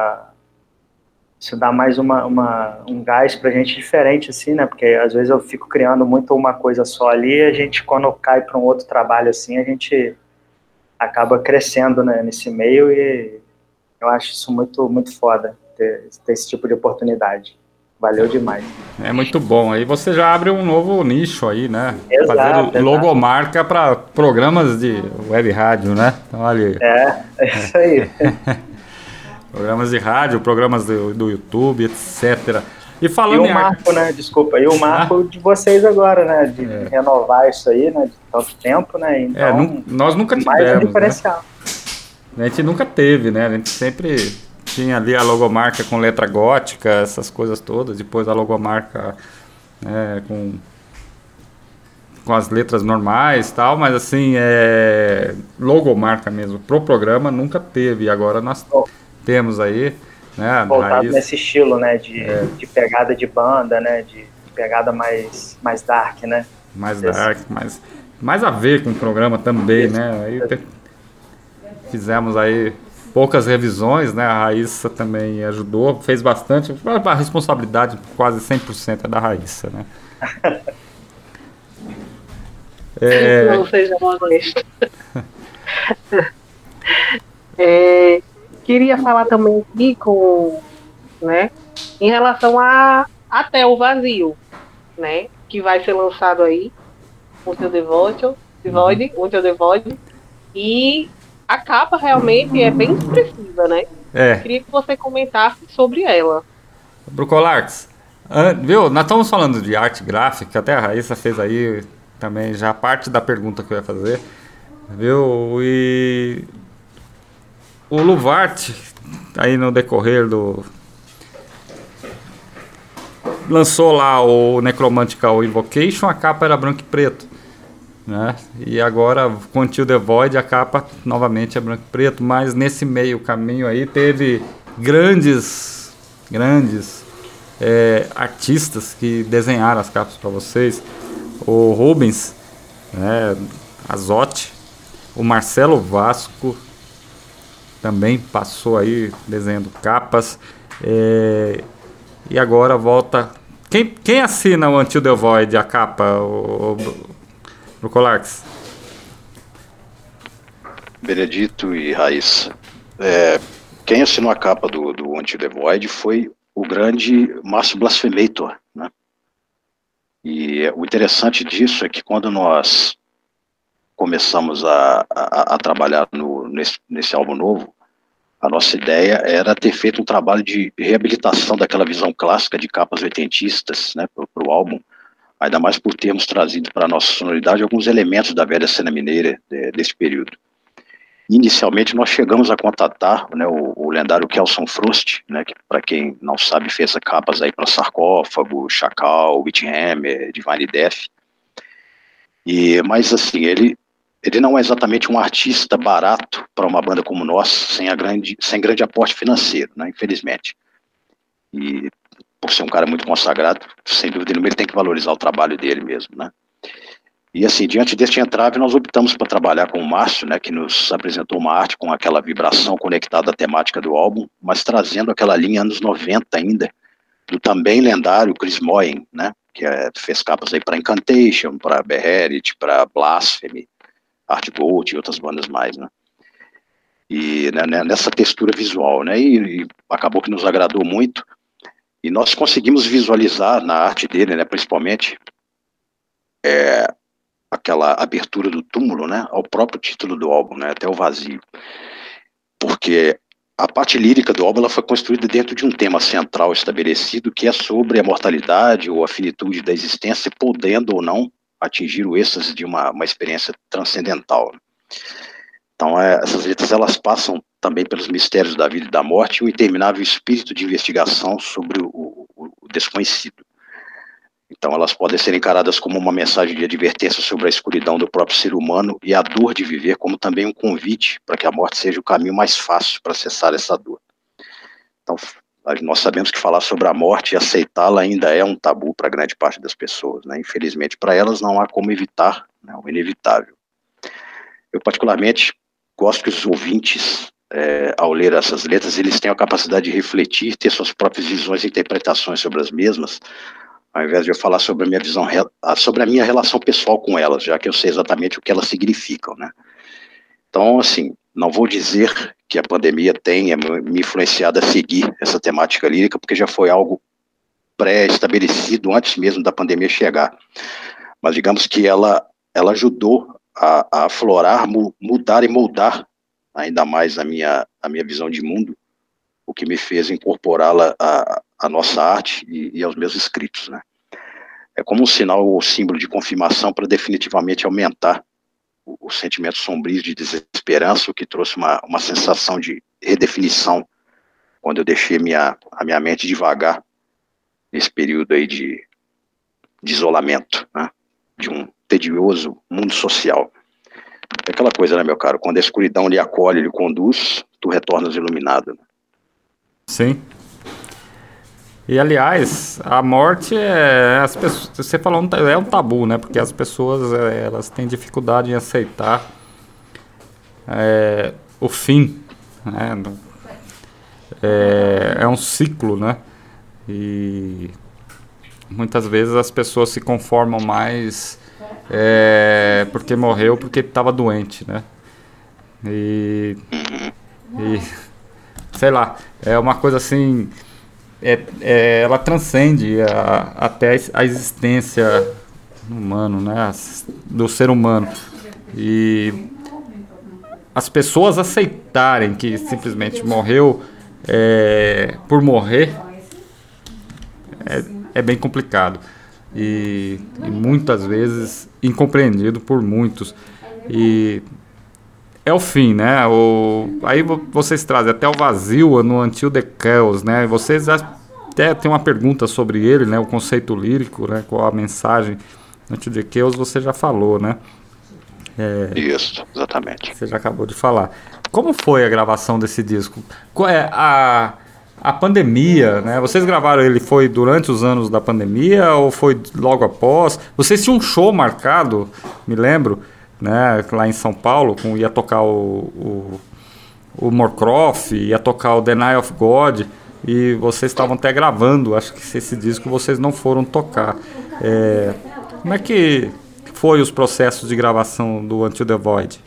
mais um gás pra gente diferente, assim, né? Porque às vezes eu fico criando muito uma coisa só ali, e a gente, quando cai para um outro trabalho assim, a gente acaba crescendo, né, nesse meio, e eu acho isso muito, muito foda, ter esse tipo de oportunidade. Valeu demais. É muito bom. Aí você já abre um novo nicho aí, né? Exato, fazer logomarca para programas de web rádio, né? Então, olha aí. É isso aí. Programas de rádio, programas do YouTube, etc. E falando o marco, né? Desculpa. E o marco de vocês agora, né? De renovar isso aí, né? De tanto tempo, né? Então, nós nunca tivemos. Mais um diferencial. Né? A gente nunca teve, né? A gente sempre tinha ali a logomarca com letra gótica, essas coisas todas. Depois a logomarca com as letras normais e tal. Mas assim, logomarca mesmo. Pro programa nunca teve. E agora nós temos aí. Né, voltado nesse estilo, né, de pegada de banda, né, de pegada mais dark, né? Mais dark, mais a ver com o programa também, né? Aí fizemos aí poucas revisões, né? A Raíssa também ajudou, fez bastante. A responsabilidade quase 100% é da Raíssa, né? Não seja modesto. Queria falar também aqui né, em relação a Até o Vazio, né, que vai ser lançado aí, Until the Void, e a capa realmente é bem expressiva, né? Queria que você comentasse sobre ela. Brucolartes, viu, nós estamos falando de arte gráfica, até a Raíssa fez aí também já parte da pergunta que eu ia fazer, viu, e o Luvart aí no decorrer do... Lançou lá o Necromantical Invocation, a capa era branco e preto, né? E agora, com Until the Void, a capa novamente é branco e preto, mas nesse meio caminho aí teve grandes artistas que desenharam as capas para vocês. O Rubens, né, Azotti, o Marcelo Vasco também passou aí desenhando capas, e agora volta. Quem assina o Until the Void, a capa, o Brocolax? Benedito e Raíssa. Quem assinou a capa do Until the Void foi o grande Márcio Blasphemator, né? E o interessante disso é que quando nós começamos a trabalhar nesse álbum novo, a nossa ideia era ter feito um trabalho de reabilitação daquela visão clássica de capas oitentistas, né, para o álbum, ainda mais por termos trazido para a nossa sonoridade alguns elementos da velha cena mineira desse período. Inicialmente nós chegamos a contatar, né, o lendário Kelson Frost, né, que para quem não sabe fez capas aí para Sarcófago, Chacal, Witchhammer, Divine Death. Mas assim, ele não é exatamente um artista barato para uma banda como nós, sem grande aporte financeiro, né, infelizmente. E por ser um cara muito consagrado, sem dúvida nenhuma ele tem que valorizar o trabalho dele mesmo, né. E assim, diante deste entrave, nós optamos por trabalhar com o Márcio, né, que nos apresentou uma arte com aquela vibração conectada à temática do álbum, mas trazendo aquela linha anos 90 ainda, do também lendário Chris Moyen, né, que fez capas aí para Incantation, para Beherit, para Blasphemy, Art Gold e outras bandas mais, né. E né, nessa textura visual, né, e acabou que nos agradou muito, e nós conseguimos visualizar na arte dele, né, principalmente, aquela abertura do túmulo, né, ao próprio título do álbum, né, até o vazio, porque a parte lírica do álbum ela foi construída dentro de um tema central estabelecido, que é sobre a mortalidade ou a finitude da existência, podendo ou não atingir o êxtase de uma experiência transcendental. Então essas letras elas passam também pelos mistérios da vida e da morte e o interminável espírito de investigação sobre o desconhecido. Então elas podem ser encaradas como uma mensagem de advertência sobre a escuridão do próprio ser humano e a dor de viver, como também um convite para que a morte seja o caminho mais fácil para acessar essa dor. Então nós sabemos que falar sobre a morte e aceitá-la ainda é um tabu para grande parte das pessoas, né? Infelizmente para elas não há como evitar, né, o inevitável. Eu particularmente gosto que os ouvintes, ao ler essas letras, eles tenham a capacidade de refletir, ter suas próprias visões e interpretações sobre as mesmas, ao invés de eu falar sobre a minha visão, sobre a minha relação pessoal com elas, já que eu sei exatamente o que elas significam, né? Então, assim, não vou dizer que a pandemia tenha me influenciado a seguir essa temática lírica, porque já foi algo pré-estabelecido antes mesmo da pandemia chegar. Mas digamos que ela ajudou a aflorar, mudar e moldar ainda mais a minha visão de mundo, o que me fez incorporá-la à nossa arte e aos meus escritos, né? É como um sinal ou símbolo de confirmação para definitivamente aumentar os sentimentos sombrios de desesperança, o que trouxe uma sensação de redefinição quando eu deixei a minha mente devagar nesse período aí de isolamento, né? De um tedioso mundo social. É aquela coisa, né, meu caro? Quando a escuridão lhe acolhe, lhe conduz, tu retornas iluminado, né? Sim. E aliás, a morte as pessoas, você falou, é um tabu, né? Porque as pessoas elas têm dificuldade em aceitar o fim, né? É um ciclo, né? E muitas vezes as pessoas se conformam mais porque morreu, porque estava doente, né? E sei lá, é uma coisa assim, ela transcende até a existência humana, né, do ser humano. E as pessoas aceitarem que simplesmente morreu por morrer é bem complicado e muitas vezes incompreendido por muitos. E é o fim, né? Aí vocês trazem até o vazio no Until the Chaos, né? Vocês até tem uma pergunta sobre ele, né? O conceito lírico, né? Qual a mensagem? Until the Chaos você já falou, né? Isso, exatamente. Você já acabou de falar. Como foi a gravação desse disco? Qual é a pandemia, né? Vocês gravaram ele, foi durante os anos da pandemia ou foi logo após? Vocês tinham um show marcado, me lembro, né? Lá em São Paulo, ia tocar o Moorcroft, ia tocar o Deny of God, e vocês estavam até gravando, acho que esse disco vocês não foram tocar. Como é que foi os processos de gravação do Until the Void?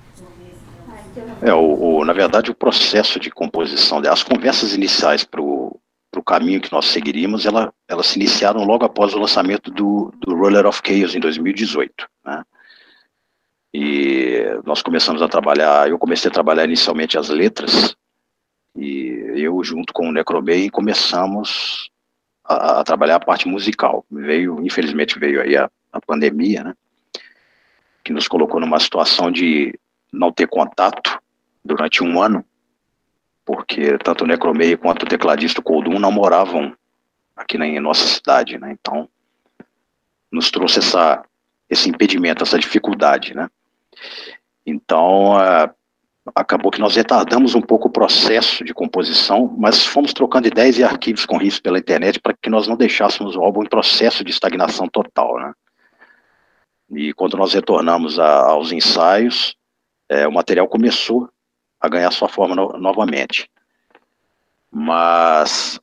Na verdade, o processo de composição, as conversas iniciais para o caminho que nós seguiríamos, elas se iniciaram logo após o lançamento do Ruler of Chaos em 2018, né? E nós começamos a trabalhar, eu comecei a trabalhar inicialmente as letras, e eu junto com o Necromei começamos a trabalhar a parte musical. Infelizmente veio aí a pandemia, né? Que nos colocou numa situação de não ter contato durante um ano, porque tanto o Necromei quanto o tecladista Koldun não moravam aqui na nossa cidade, né? Então nos trouxe esse impedimento, essa dificuldade, né? Então acabou que nós retardamos um pouco o processo de composição, mas fomos trocando ideias e arquivos com risco pela internet para que nós não deixássemos o álbum em processo de estagnação total, né? E quando nós retornamos aos ensaios, o material começou a ganhar sua forma novamente. Mas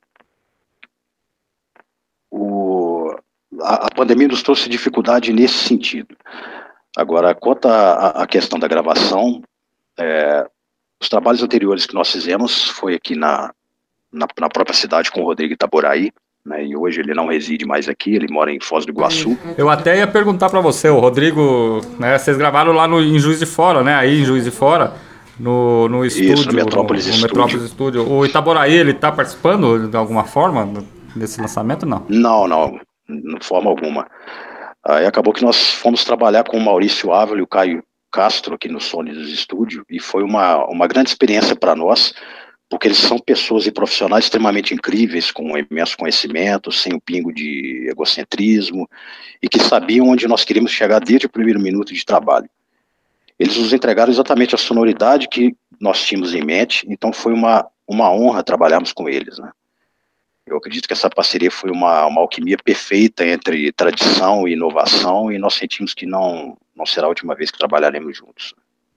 a pandemia nos trouxe dificuldade nesse sentido. Agora, quanto à questão da gravação, os trabalhos anteriores que nós fizemos foi aqui na própria cidade com o Rodrigo Itaboraí, né, e hoje ele não reside mais aqui, ele mora em Foz do Iguaçu. Eu até ia perguntar para você, o Rodrigo, né, vocês gravaram lá em Juiz de Fora, né, aí em Juiz de Fora, no estúdio. Isso, no Metrópolis Estúdio. O Itaboraí, ele tá participando de alguma forma desse lançamento, não? Não, de forma alguma. Aí acabou que nós fomos trabalhar com o Maurício Ávila e o Caio Castro aqui no Sonidos Estúdio, e foi uma grande experiência para nós, porque eles são pessoas e profissionais extremamente incríveis, com imenso conhecimento, sem um pingo de egocentrismo, e que sabiam onde nós queríamos chegar desde o primeiro minuto de trabalho. Eles nos entregaram exatamente a sonoridade que nós tínhamos em mente, então foi uma honra trabalharmos com eles, né? Eu acredito que essa parceria foi uma alquimia perfeita entre tradição e inovação, e nós sentimos que não será a última vez que trabalharemos juntos.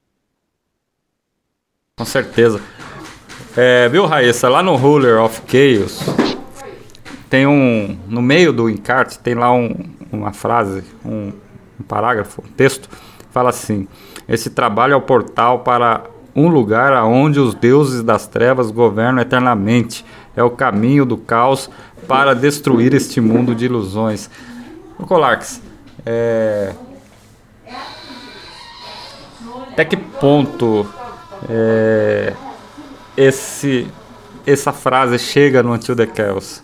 Com certeza. Viu, Raíssa, lá no Ruler of Chaos tem no meio do encarte tem lá uma frase, um parágrafo, um texto, fala assim: esse trabalho é o portal para um lugar aonde os deuses das trevas governam eternamente, é o caminho do caos para destruir este mundo de ilusões. Colarx, até que ponto essa frase chega no Until the Chaos?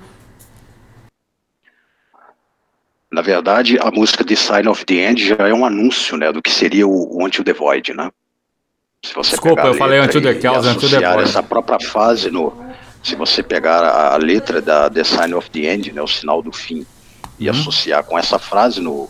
Na verdade, a música The Sign of the End já é um anúncio, né, do que seria o Until the Void, né? Se você Desculpa, eu falei Until the Chaos, Until the Void. Essa própria fase, se você pegar a letra da The Sign of the End, né, o sinal do fim, e associar com essa frase no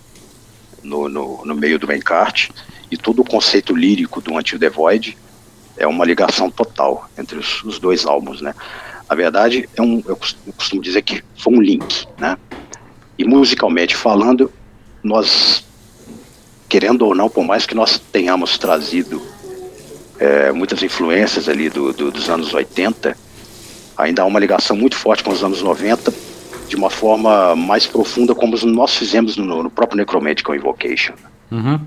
meio do encarte, e todo o conceito lírico do Until the Void, é uma ligação total entre os dois álbuns, né? Na verdade, eu costumo dizer que foi um link, né? E musicalmente falando, nós, querendo ou não, por mais que nós tenhamos trazido muitas influências ali dos anos 80, ainda há uma ligação muito forte com os anos 90, de uma forma mais profunda, como nós fizemos no próprio Necromantical Invocation. Uhum.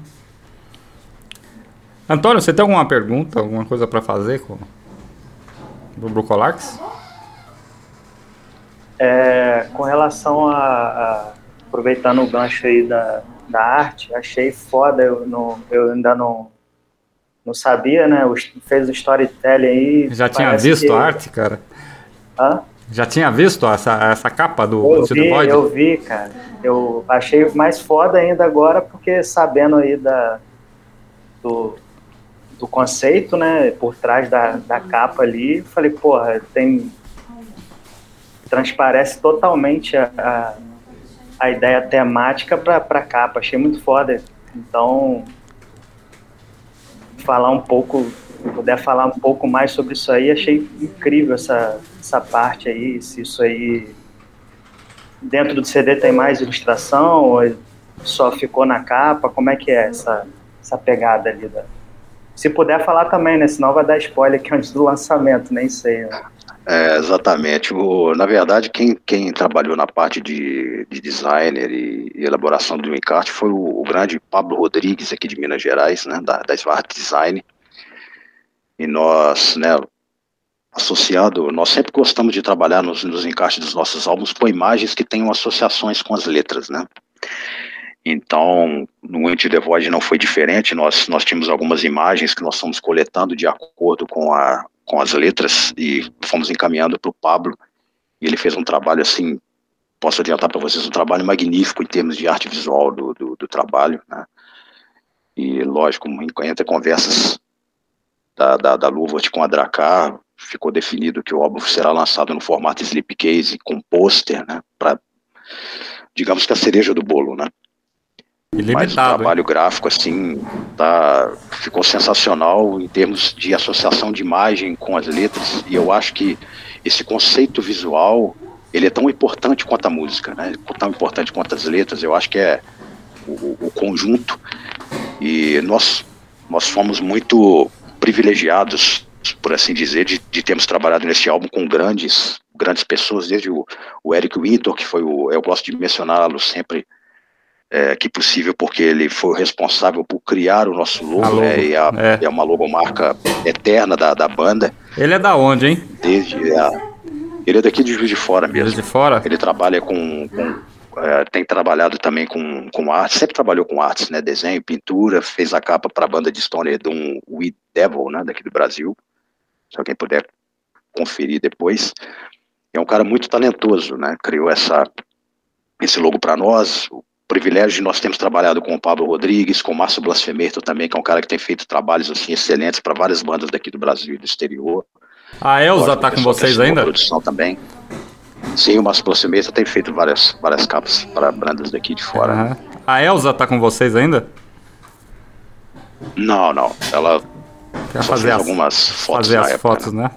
Antônio, você tem alguma pergunta, alguma coisa para fazer com o Brucolax? Com relação aproveitando o gancho aí da arte, achei foda, eu ainda não sabia, né? Fez o storytelling aí. Já tinha visto a arte, cara? Hã? Já tinha visto essa capa do The Void? Eu vi, cara. Eu achei mais foda ainda agora, porque sabendo aí do conceito, né, por trás da capa ali. Falei, porra, transparece totalmente a ideia temática pra capa. Achei muito foda. Então, puder falar um pouco mais sobre isso aí, achei incrível essa parte aí. Se isso aí dentro do CD tem mais ilustração ou só ficou na capa, como é que é essa pegada ali se puder falar também, né, senão vai dar spoiler aqui antes do lançamento, nem sei, né? Exatamente. Na verdade, quem trabalhou na parte de designer e elaboração do encarte foi o grande Pablo Rodrigues, aqui de Minas Gerais, né, da Smart Design. E nós, né, nós sempre gostamos de trabalhar nos encaixes dos nossos álbuns com imagens que tenham associações com as letras, né? Então, no Into the Void não foi diferente. Nós tínhamos algumas imagens que nós fomos coletando de acordo com as letras e fomos encaminhando para o Pablo. E ele fez um trabalho, assim, posso adiantar para vocês, um trabalho magnífico em termos de arte visual do trabalho, né? E, lógico, entre conversas da Louvort com a Drakkar, ficou definido que o álbum será lançado no formato slipcase com pôster, né? Digamos que a cereja do bolo, né? Mas o trabalho gráfico, assim, ficou sensacional em termos de associação de imagem com as letras, e eu acho que esse conceito visual, ele é tão importante quanto a música, né? Tão importante quanto as letras. Eu acho que é o conjunto, e nós fomos muito privilegiados, por assim dizer, de termos trabalhado nesse álbum com grandes pessoas, desde o Eric Winter, que foi eu gosto de mencioná-lo sempre que possível, porque ele foi o responsável por criar o nosso logo, né, e é uma logomarca eterna da banda. Ele é da onde, hein? Ele é daqui de Juiz de Fora mesmo. Juiz de Fora? Ele trabalha tem trabalhado também com arte, sempre trabalhou com artes, né, desenho, pintura, fez a capa para a banda de Stoner Doom, We Devil, né, daqui do Brasil, se alguém puder conferir depois. É um cara muito talentoso, né, criou esse logo para nós. O privilégio de nós termos trabalhado com o Pablo Rodrigues, com o Márcio Blasfemerto também, que é um cara que tem feito trabalhos assim excelentes para várias bandas daqui do Brasil e do exterior. A Elza tá com vocês ainda? Produção também. Sim, o Márcio Blasfemerto tem feito várias capas para bandas daqui de fora. Uhum. A Elza tá com vocês ainda? Não. Ela quer só fez algumas fotos. Fazer as fotos, né?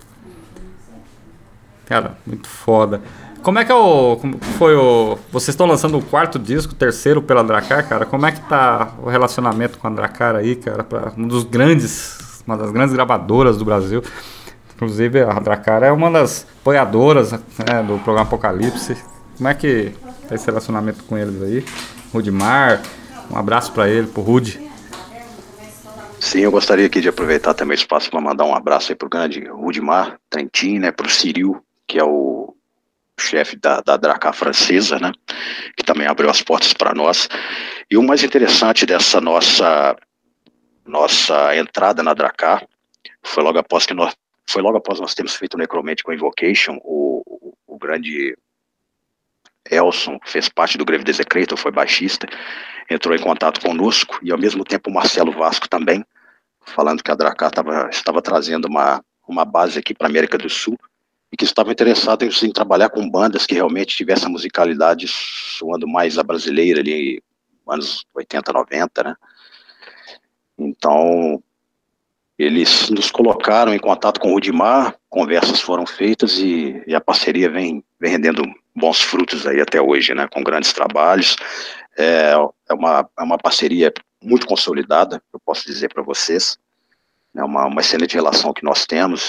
Cara, muito foda. Como foi vocês estão lançando o 4º disco, o 3º pela Drakkar, cara? Como é que tá o relacionamento com a Drakkar aí, cara? Uma das grandes gravadoras do Brasil. Inclusive, a Drakkar é uma das apoiadoras, né, do programa Apocalipse. Como é que tá esse relacionamento com eles aí? Rudimar, um abraço para ele, pro Rudy. Sim, eu gostaria aqui de aproveitar também o espaço para mandar um abraço aí pro grande Rudimar Trentin, né, pro Cyril, que é o chefe da Drakkar francesa, né, que também abriu as portas para nós. E o mais interessante dessa nossa entrada na Drakkar foi logo após nós termos feito o Necromantic Invocation. O grande Elson, que fez parte do Grave Desecrator, foi baixista, entrou em contato conosco, e ao mesmo tempo o Marcelo Vasco também, falando que a Drakkar estava trazendo uma base aqui para a América do Sul, e que estava interessado em trabalhar com bandas que realmente tivessem a musicalidade soando mais a brasileira ali, anos 80, 90, né? Então, eles nos colocaram em contato com o Rudimar, conversas foram feitas e a parceria vem rendendo bons frutos aí até hoje, né? Com grandes trabalhos. É uma parceria muito consolidada, eu posso dizer para vocês. É uma excelente relação que nós temos,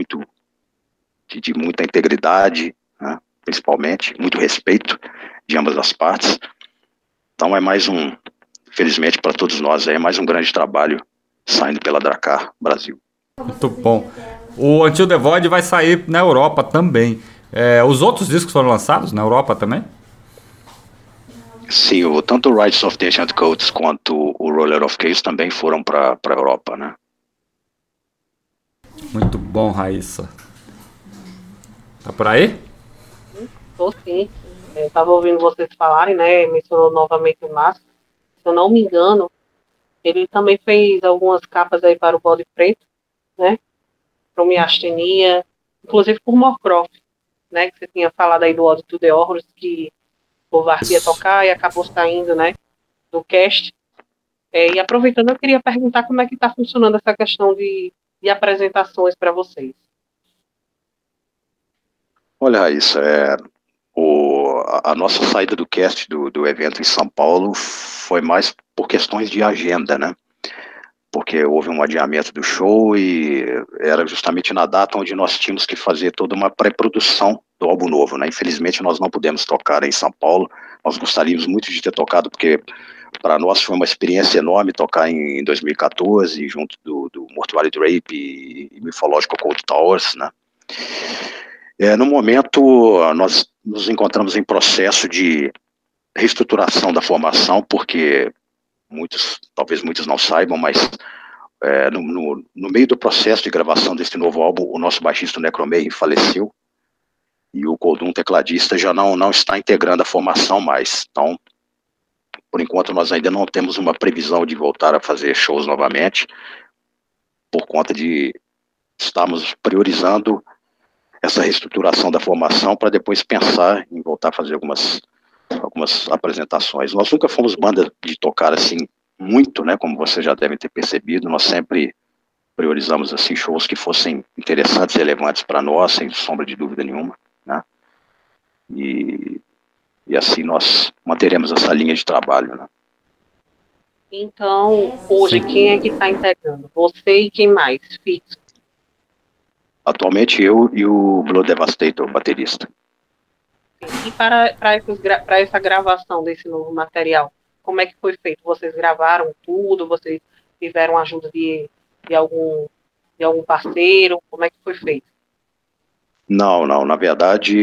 de muita integridade, né? Principalmente, muito respeito de ambas as partes. Então felizmente para todos nós, é mais um grande trabalho saindo pela Drakkar Brasil. Muito bom. O Until the Void vai sair na Europa também. Os outros discos foram lançados na Europa também? Sim, tanto o Rites of the Ancient Cults quanto o Roller of Chaos também foram para a Europa, né? Muito bom, Raíssa. Tá por aí? Tô sim. Estava ouvindo vocês falarem, né? Mencionou novamente o Márcio. Se eu não me engano, Ele também fez algumas capas aí para o Bode Preto, né? Para o Miastenia, inclusive por Morcroft, né? Que você tinha falado aí do Ode to the Horrors, que o Vargas ia tocar e acabou saindo, né? Do cast. E aproveitando, eu queria perguntar como é que está funcionando essa questão de apresentações para vocês. Olha, Raíssa, a nossa saída do cast do evento em São Paulo foi mais por questões de agenda, né? Porque houve um adiamento do show e era justamente na data onde nós tínhamos que fazer toda uma pré-produção do álbum novo, né? Infelizmente nós não pudemos tocar em São Paulo, nós gostaríamos muito de ter tocado, porque para nós foi uma experiência enorme tocar em 2014, junto do Mortuary Drape e Mythological Cold Towers, né? No momento, nós nos encontramos em processo de reestruturação da formação, porque talvez muitos não saibam, mas no meio do processo de gravação desse novo álbum, o nosso baixista Necromayhem faleceu, e o Koldun, tecladista, já não está integrando a formação mais. Então, por enquanto, nós ainda não temos uma previsão de voltar a fazer shows novamente, por conta de estarmos priorizando essa reestruturação da formação para depois pensar em voltar a fazer algumas apresentações. Nós nunca fomos banda de tocar assim muito, né, como vocês já devem ter percebido. Nós sempre priorizamos assim shows que fossem interessantes e relevantes para nós, sem sombra de dúvida nenhuma, né? E assim nós manteremos essa linha de trabalho, né? Então, hoje, quem é que está integrando? Você e quem mais? Fixo. Atualmente eu e o Blood Devastator, baterista. E para essa gravação desse novo material, como é que foi feito? Vocês gravaram tudo? Vocês tiveram ajuda de algum parceiro? Como é que foi feito? Não. Na verdade,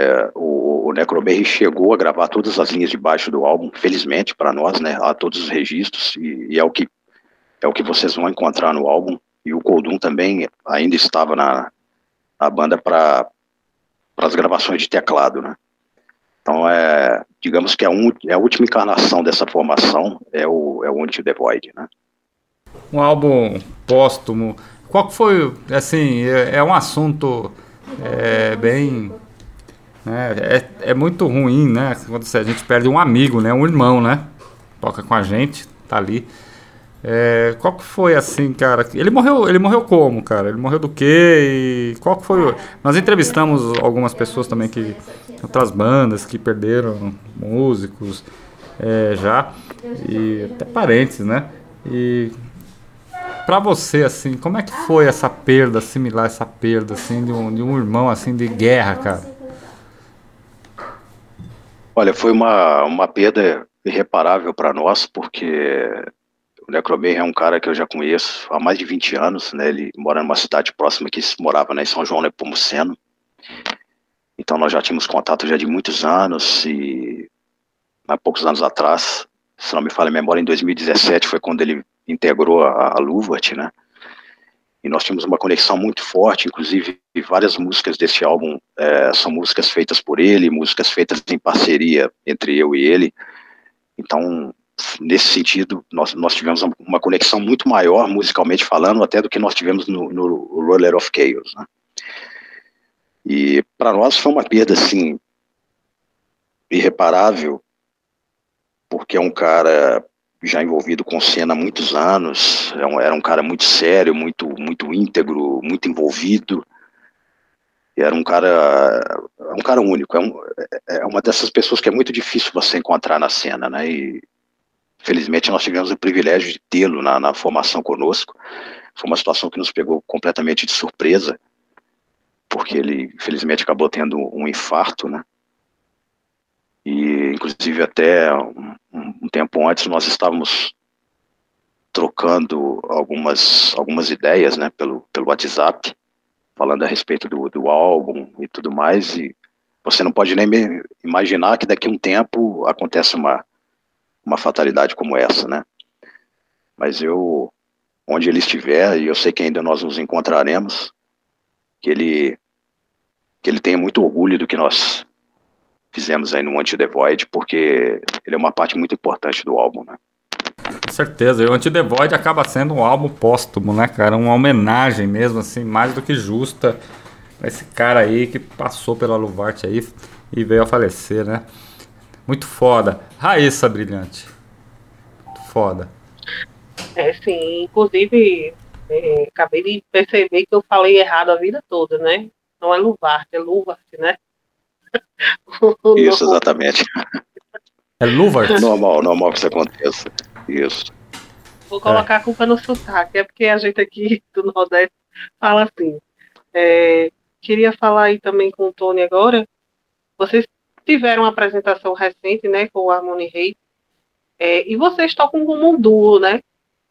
o Necromayhem chegou a gravar todas as linhas de baixo do álbum, felizmente para nós, né? Há todos os registros, e é o que vocês vão encontrar no álbum. E o Koldun também ainda estava na banda para as gravações de teclado, né? Então, digamos que a última encarnação dessa formação é o Unto the Void, né? Um álbum póstumo. Qual que foi, assim, é um assunto bem... né, é muito ruim, né? Quando a gente perde um amigo, né? Um irmão, né? Toca com a gente, tá ali. Qual que foi assim, cara? Ele morreu como, cara? Ele morreu do quê? E qual que foi? Nós entrevistamos algumas pessoas também, outras bandas que perderam músicos já, e até parentes, né? E pra você, assim, como é que foi essa perda, assimilar essa perda, assim, de um irmão, assim, de guerra, cara? Olha, foi uma perda irreparável para nós, porque o Necromayhem é um cara que eu já conheço há mais de 20 anos, né? Ele mora numa cidade próxima que morava, né, em São João Nepomuceno. Então nós já tínhamos contato já de muitos anos, e há poucos anos atrás, se não me falha a memória, em 2017 foi quando ele integrou a Luvart, né? E nós tínhamos uma conexão muito forte, inclusive várias músicas desse álbum são músicas feitas por ele, músicas feitas em parceria entre eu e ele. Então, nesse sentido, nós tivemos uma conexão muito maior, musicalmente falando, até do que nós tivemos no Roller of Chaos, né? E para nós foi uma perda, assim, irreparável, porque é um cara já envolvido com cena há muitos anos, era um cara muito sério, muito íntegro, muito envolvido, e era um cara único, é uma dessas pessoas que é muito difícil você encontrar na cena, né? E felizmente nós tivemos o privilégio de tê-lo na formação conosco. Foi uma situação que nos pegou completamente de surpresa, porque ele infelizmente acabou tendo um infarto, né? E inclusive até um tempo antes nós estávamos trocando algumas ideias, né, pelo WhatsApp, falando a respeito do álbum e tudo mais, e você não pode nem imaginar que daqui a um tempo acontece uma fatalidade como essa, né? Mas onde ele estiver, e eu sei que ainda nós nos encontraremos, que ele tenha muito orgulho do que nós fizemos aí no Unto the Void, porque ele é uma parte muito importante do álbum, né? Com certeza. E o Until the Void acaba sendo um álbum póstumo, né, cara? Uma homenagem mesmo, assim, mais do que justa a esse cara aí que passou pela Luvarte aí e veio a falecer, né? Muito foda. Raíssa Brilhante. Muito foda. Sim, inclusive, acabei de perceber que eu falei errado a vida toda, né? Não é Luvarte, é Luvarte, né? Isso, exatamente. É Luvart? Normal que isso aconteça. Isso. Vou colocar a culpa no sotaque, é porque a gente aqui do Nordeste fala assim. Queria falar aí também com o Tony agora. Vocês tiveram uma apresentação recente, né, com o Harmony Rei, e vocês tocam como um duo, né?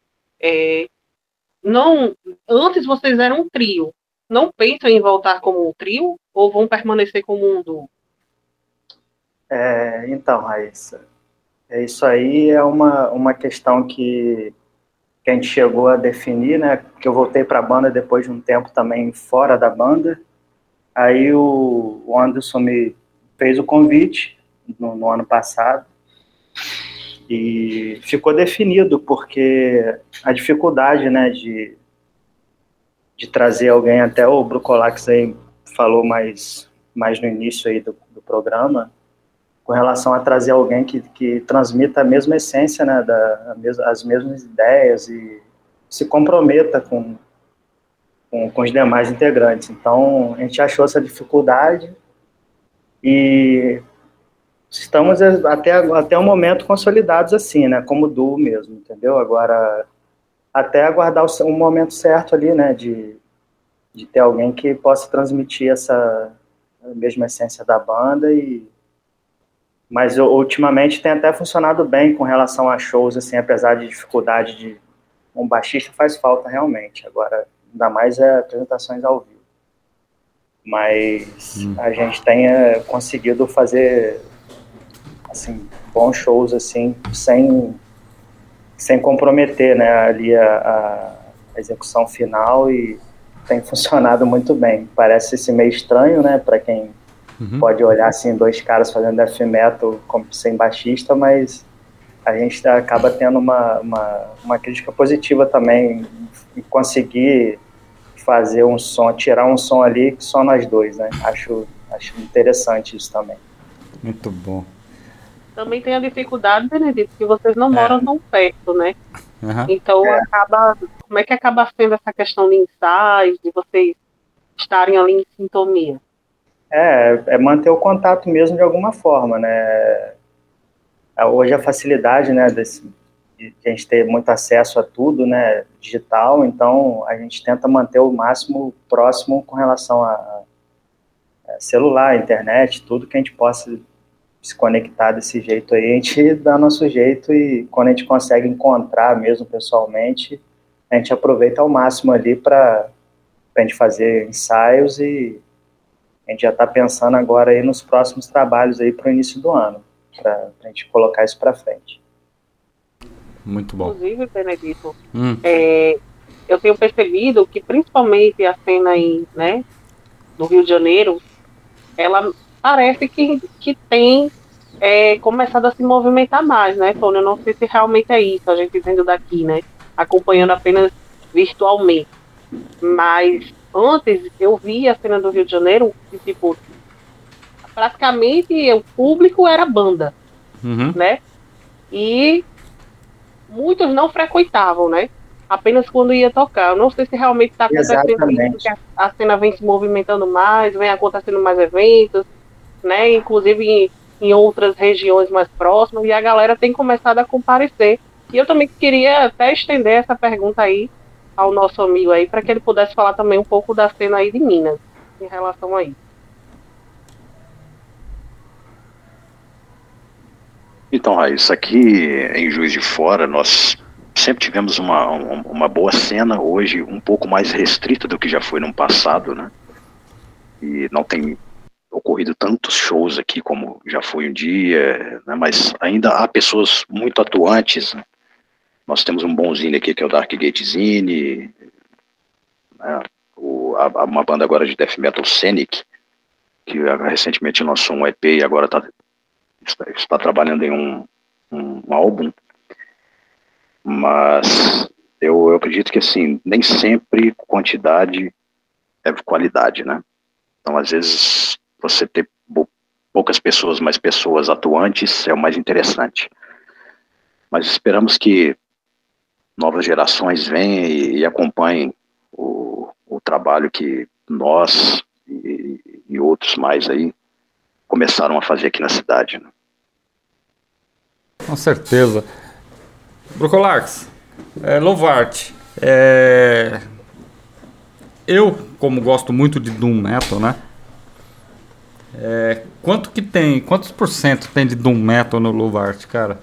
Não, antes vocês eram um trio. Não pensam em voltar como um trio ou vão permanecer como um duo? Então, Raíssa, isso aí é uma questão que a gente chegou a definir, né? Que eu voltei para a banda depois de um tempo também fora da banda. Aí o Anderson me fez o convite no ano passado e ficou definido, porque a dificuldade, né, de trazer alguém, até o Brucolax aí falou mais no início aí do programa, com relação a trazer alguém que transmita a mesma essência, né, as mesmas ideias e se comprometa com os demais integrantes. Então, a gente achou essa dificuldade e estamos até o momento consolidados assim, né, como duo mesmo, entendeu? Agora, até aguardar o momento certo ali, né, de ter alguém que possa transmitir essa mesma essência da banda mas ultimamente tem até funcionado bem com relação a shows, assim, apesar de dificuldade de um baixista faz falta realmente. Agora, ainda mais apresentações ao vivo. Mas a gente tem conseguido fazer, assim, bons shows, assim, sem comprometer, né, ali a execução final, e tem funcionado muito bem. Parece esse meio estranho, né, para quem pode olhar assim, dois caras fazendo death metal sem baixista, mas a gente acaba tendo uma crítica positiva também em conseguir fazer um som, tirar um som ali que só nós dois, né? Acho interessante isso também. Muito bom. Também tem a dificuldade, Benedito, que vocês não moram tão perto, né? Uhum. Então, como é que acaba sendo essa questão de ensaios, de vocês estarem ali em sintonia? É manter o contato mesmo de alguma forma, né? Hoje a facilidade, né, de a gente ter muito acesso a tudo, né, digital, então a gente tenta manter o máximo próximo com relação a celular, internet, tudo que a gente possa se conectar desse jeito aí, a gente dá nosso jeito, e quando a gente consegue encontrar mesmo pessoalmente, a gente aproveita ao máximo ali para a gente fazer ensaios, e a gente já está pensando agora aí nos próximos trabalhos aí para o início do ano, para a gente colocar isso para frente. Muito bom. Inclusive, Benedito, eu tenho percebido que principalmente a cena aí, né, do Rio de Janeiro, ela parece que tem começado a se movimentar mais, né, Tony? Eu não sei se realmente é isso, a gente vendo daqui, né, acompanhando apenas virtualmente. Mas antes eu via a cena do Rio de Janeiro e, tipo, praticamente o público era banda, né? E muitos não frequentavam, né? Apenas quando ia tocar. Eu não sei se realmente está acontecendo isso, que a cena vem se movimentando mais, vem acontecendo mais eventos, né? Inclusive em outras regiões mais próximas, e a galera tem começado a comparecer. E eu também queria até estender essa pergunta aí ao nosso amigo aí, para que ele pudesse falar também um pouco da cena aí de Minas, em relação a isso. Então, Raíssa, aqui em Juiz de Fora, nós sempre tivemos uma boa cena, hoje um pouco mais restrita do que já foi no passado, né? E não tem ocorrido tantos shows aqui como já foi um dia, né? Mas ainda há pessoas muito atuantes, né? Nós temos um bom zine aqui, que é o Dark Gate Zine, né? Uma banda agora de death metal, Scenic, que recentemente lançou um EP e agora está trabalhando em um álbum. Mas eu acredito que, assim, nem sempre quantidade é qualidade, né? Então, às vezes, você ter poucas pessoas, mas pessoas atuantes é o mais interessante. Mas esperamos que novas gerações venham e acompanhem o trabalho que nós e outros mais aí começaram a fazer aqui na cidade, né? Com certeza. Brocolax, Louvarte, eu, como gosto muito de Doom Metal, né? Quantos por cento tem de Doom Metal no Louvarte, cara?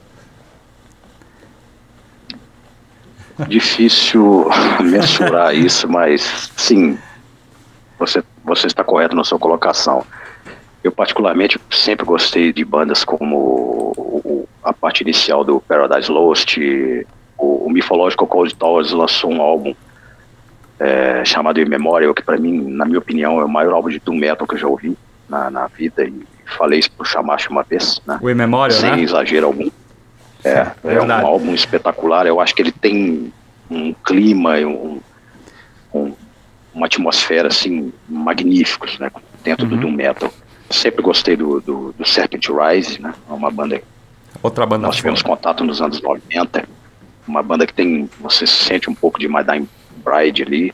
Difícil mensurar isso, mas sim, você está correto na sua colocação. Eu particularmente sempre gostei de bandas como a parte inicial do Paradise Lost. O Mythological Cold Towers lançou um álbum chamado Immemorial, que para mim, na minha opinião, é o maior álbum de Doom Metal que eu já ouvi na vida, e falei isso pro Shamash uma vez, né? O Immemorial, sem né? exagero algum. É um álbum espetacular. Eu acho que ele tem um clima, uma atmosfera assim magníficos, né, dentro do Doom Metal. Sempre gostei do Serpent Rise, né? É uma banda. Outra banda. Nós tivemos contato nos anos 90. Uma banda que você sente um pouco de Madame Bride ali.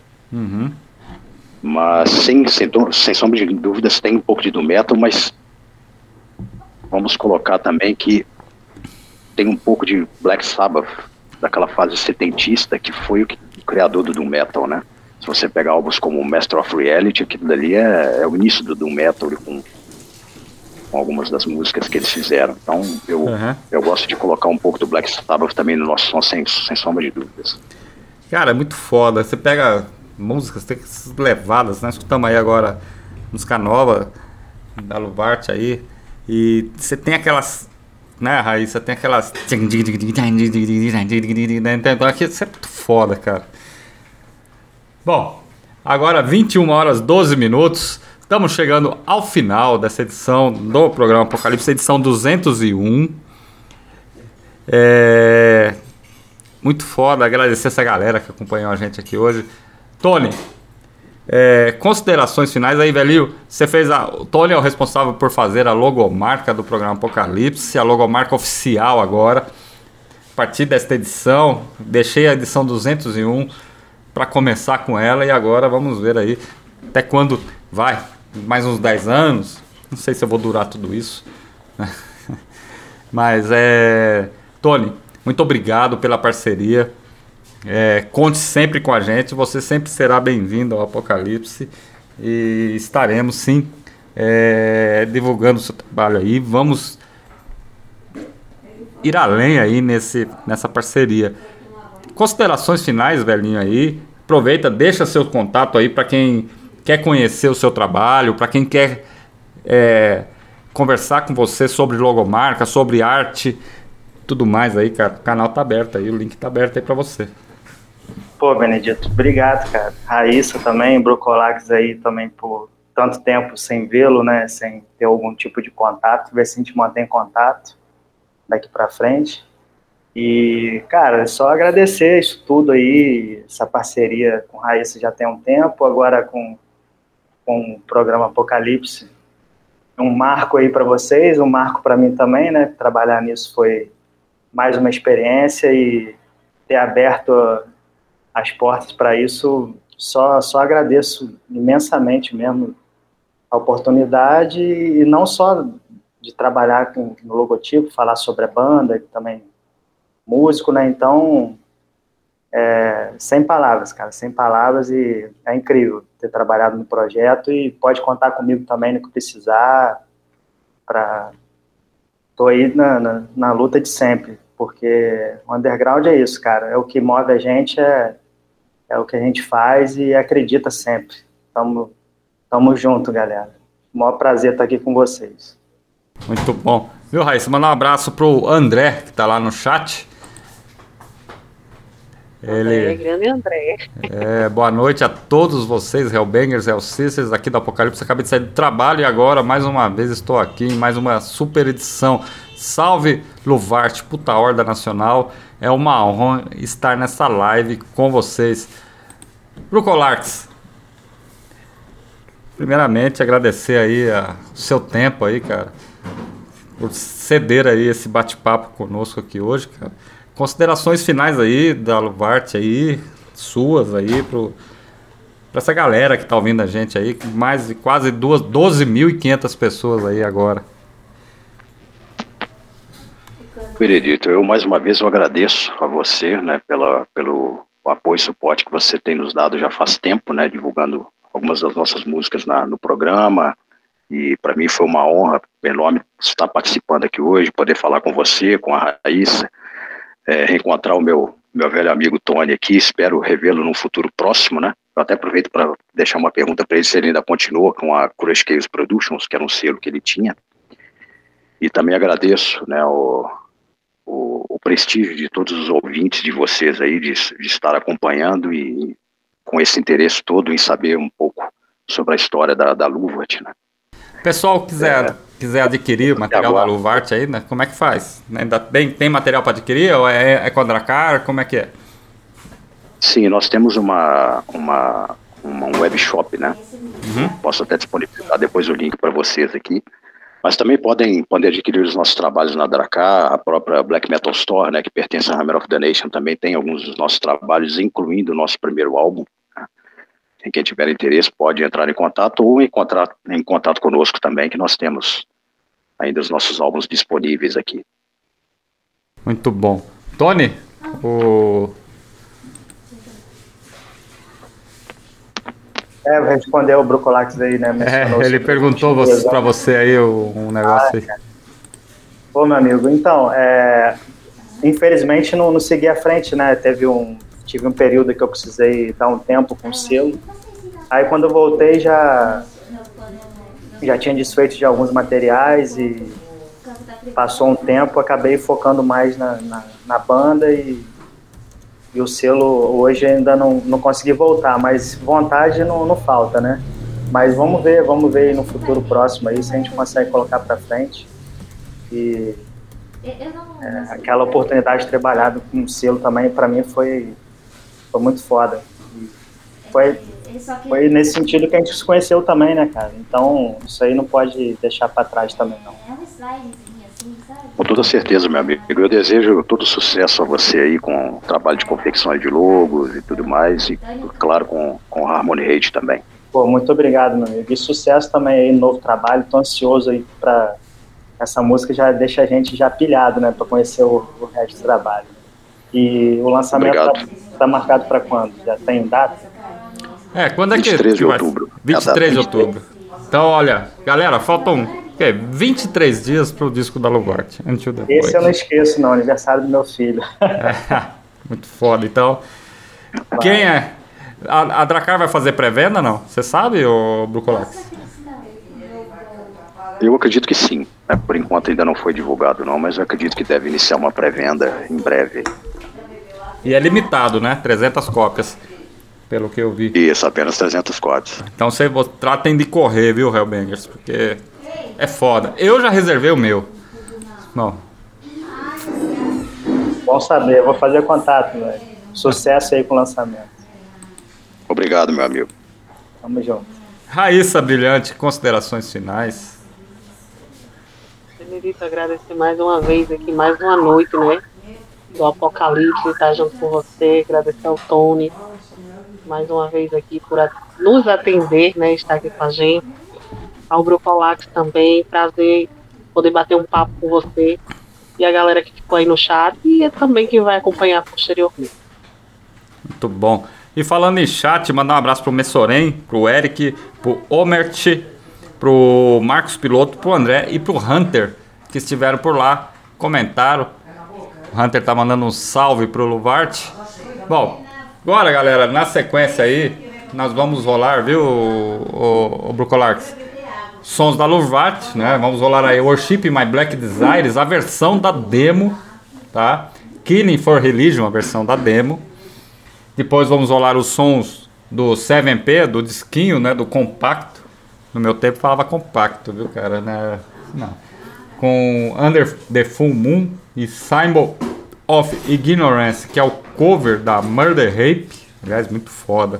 Mas sem sombra de dúvidas tem um pouco de Doom Metal, mas vamos colocar também que tem um pouco de Black Sabbath, daquela fase setentista, que foi o criador do Doom Metal, né? Se você pegar álbuns como Master of Reality, aquilo dali é o início do Doom Metal, com algumas das músicas que eles fizeram. Então eu gosto de colocar um pouco do Black Sabbath também no nosso som, sem sombra de dúvidas. Cara, é muito foda. Você pega músicas, tem essas levadas, né? Escutamos aí agora música nova da Louvarte aí, e você tem aquelas, né, Raiz? Você tem aquelas. Então aqui isso é muito foda, cara. Bom, agora 21 horas 12 minutos. Estamos chegando ao final dessa edição do programa Apocalipse, edição 201. Muito foda, agradecer essa galera que acompanhou a gente aqui hoje. Tony, considerações finais aí, velhinho. Você fez o Tony é o responsável por fazer a logomarca do programa Apocalipse, a logomarca oficial agora. A partir desta edição, deixei a edição 201 para começar com ela, e agora vamos ver aí até quando vai. Mais uns 10 anos. Não sei se eu vou durar tudo isso. Mas Tony, muito obrigado pela parceria. Conte sempre com a gente. Você sempre será bem-vindo ao Apocalipse. E estaremos sim divulgando o seu trabalho aí. Vamos ir além aí nessa parceria. Considerações finais, velhinho aí. Aproveita, deixa seu contato aí para quem quer conhecer o seu trabalho, para quem quer conversar com você sobre logomarca, sobre arte, tudo mais aí, cara. O canal tá aberto aí, o link tá aberto aí para você. Pô, Benedito, obrigado, cara. Raíssa também, Brocolax aí também por tanto tempo sem vê-lo, né, sem ter algum tipo de contato, ver se a gente mantém contato daqui para frente. E, cara, só agradecer isso tudo aí, essa parceria com Raíssa já tem um tempo, agora com o programa Apocalipse, um marco aí para vocês, um marco para mim também, né? Trabalhar nisso foi mais uma experiência, e ter aberto as portas para isso, só agradeço imensamente mesmo a oportunidade, e não só de trabalhar no logotipo, falar sobre a banda, também músico, né? Então, sem palavras, cara, sem palavras, e é incrível ter trabalhado no projeto, e pode contar comigo também no que precisar. Tô aí na luta de sempre, porque o underground é isso, cara, é o que move a gente, é o que a gente faz e acredita sempre. Tamo junto, galera. O maior prazer estar aqui com vocês. Muito bom. Viu, Raíssa? Mandar um abraço pro André, que tá lá no chat. Grande André. Boa noite a todos vocês, Hellbangers, Hellsisters, aqui do Apocalipse. Acabei de sair do trabalho e agora, mais uma vez, estou aqui em mais uma super edição. Salve Luvart, puta horda nacional. É uma honra estar nessa live com vocês. Brucolartes, primeiramente agradecer aí o seu tempo aí, cara, por ceder aí esse bate-papo conosco aqui hoje, cara. Considerações finais aí da Luvart aí, suas aí, pra essa galera que tá ouvindo a gente aí, mais de quase 12.500 pessoas aí agora. Benedito, eu mais uma vez eu agradeço a você, né, pelo apoio e suporte que você tem nos dado já faz tempo, né, divulgando algumas das nossas músicas no programa, e para mim foi uma honra enorme estar participando aqui hoje, poder falar com você, com a Raíssa, reencontrar o meu velho amigo Tony aqui, espero revê-lo num futuro próximo, né. Eu até aproveito para deixar uma pergunta para ele se ele ainda continua com a Crush Chaos Productions, que era um selo que ele tinha, e também agradeço, né, o prestígio de todos os ouvintes de vocês aí, de estar acompanhando e com esse interesse todo em saber um pouco sobre a história da Luvart, né? Pessoal, quiser adquirir o material da Luvart aí, né? Como é que faz? Ainda tem material para adquirir ou é com a Dracar? Como é que é? Sim, nós temos um webshop, né? Uhum. Posso até disponibilizar depois o link para vocês aqui. Mas também podem adquirir os nossos trabalhos na Dracar, a própria Black Metal Store, né, que pertence à Hammer of the Nation, também tem alguns dos nossos trabalhos, incluindo o nosso primeiro álbum. Né? Quem tiver interesse pode entrar em contato ou entrar em contato conosco também, que nós temos ainda os nossos álbuns disponíveis aqui. Muito bom. Tony, Vou responder o Brucolax aí, né? Ele perguntou para você aí um negócio aí. Pô, meu amigo, então, infelizmente não segui à frente, né? Tive um período que eu precisei dar um tempo com o selo. Aí quando eu voltei já tinha desfeito de alguns materiais e passou um tempo, acabei focando mais na banda e o selo hoje ainda não consegui voltar, mas vontade não falta, né? Mas vamos ver aí no futuro próximo aí se a gente consegue colocar para frente. E aquela oportunidade de trabalhar com o selo também, para mim, foi muito foda. E foi nesse sentido que a gente se conheceu também, né, cara? Então, isso aí não pode deixar para trás também, não. Com toda certeza, meu amigo. Eu desejo todo sucesso a você aí com o trabalho de confecção de logos e tudo mais, e claro, com a Harmony Hate também. Pô, muito obrigado, meu amigo. E sucesso também aí no novo trabalho. Tô ansioso aí pra... Essa música já deixa a gente já pilhado, né, pra conhecer o resto do trabalho. E o lançamento tá marcado pra quando? Já tem data? Quando é 23 de outubro. 23 de outubro. Então, olha, galera, faltam 23 dias pro disco da Luvart. Esse eu não esqueço, não. Aniversário do meu filho. Muito foda. Então, quem é? A Dracar vai fazer pré-venda, não? Você sabe, ô Brucolax? Eu acredito que sim. Por enquanto ainda não foi divulgado, não, mas eu acredito que deve iniciar uma pré-venda em breve. E é limitado, né? 300 cópias, pelo que eu vi. Isso, apenas 300 cópias. Então tratem de correr, viu, Hellbangers? Porque é foda. Eu já reservei o meu. Bom. Bom saber, eu vou fazer contato, velho. Sucesso aí com o lançamento. Obrigado, meu amigo. Tamo junto. Raíssa Brilhante, considerações finais. Benedito, agradecer mais uma vez aqui, mais uma noite, né? Do Apocalipse, estar junto com você. Agradecer ao Tony, mais uma vez aqui, por nos atender, né? Estar aqui com a gente. Ao Brucolax também, prazer poder bater um papo com você. E a galera que ficou aí no chat e também quem vai acompanhar posteriormente. Muito bom. E falando em chat, mandar um abraço pro Messorem, pro Eric, pro Omert, pro Marcos Piloto, pro André e pro Hunter, que estiveram por lá, comentaram. O Hunter tá mandando um salve pro Luvart. Bom, agora, galera, na sequência aí, nós vamos rolar, viu, o Brucolax? Sons da Luvart, né? Vamos rolar aí Worship My Black Desires, a versão da demo, tá? Killing for Religion, a versão da demo. Depois vamos rolar os sons do 7P, do disquinho, né? Do compacto. No meu tempo falava compacto, viu, cara? Né? Não. com Under the Full Moon e Symbol of Ignorance, que é o cover da Murder Rape, aliás, muito foda.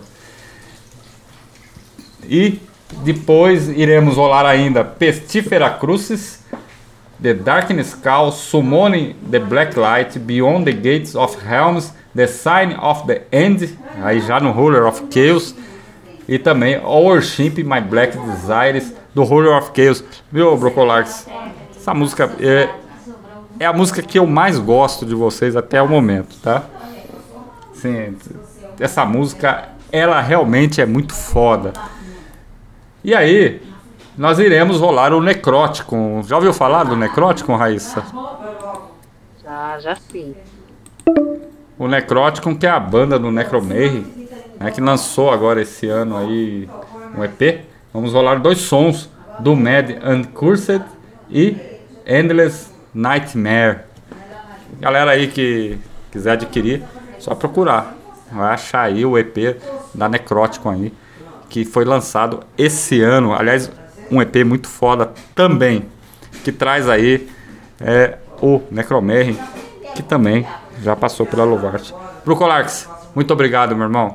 E depois iremos rolar ainda Pestifera Crucis, The Darkness Call, Summoning the Black Light, Beyond the Gates of Helms, The Sign of the End, aí já no Ruler of Chaos, e também Worship My Black Desires, do Ruler of Chaos. Viu, Brocolax? Essa música é a música que eu mais gosto de vocês até o momento, tá? Sim, essa música, ela realmente é muito foda. E aí, nós iremos rolar o Necroticon. Já ouviu falar do Necroticon, Raíssa? Já sim. O Necroticon, que é a banda do Necromayhem, né, que lançou agora esse ano aí um EP. Vamos rolar 2 sons do Mad and Cursed e Endless Nightmare. Galera aí que quiser adquirir, só procurar. Vai achar aí o EP da Necroticon aí, que foi lançado esse ano. Aliás, um EP muito foda também, que traz aí o Necromayhem, que também já passou pela Lovart. Brucolarx, muito obrigado, meu irmão.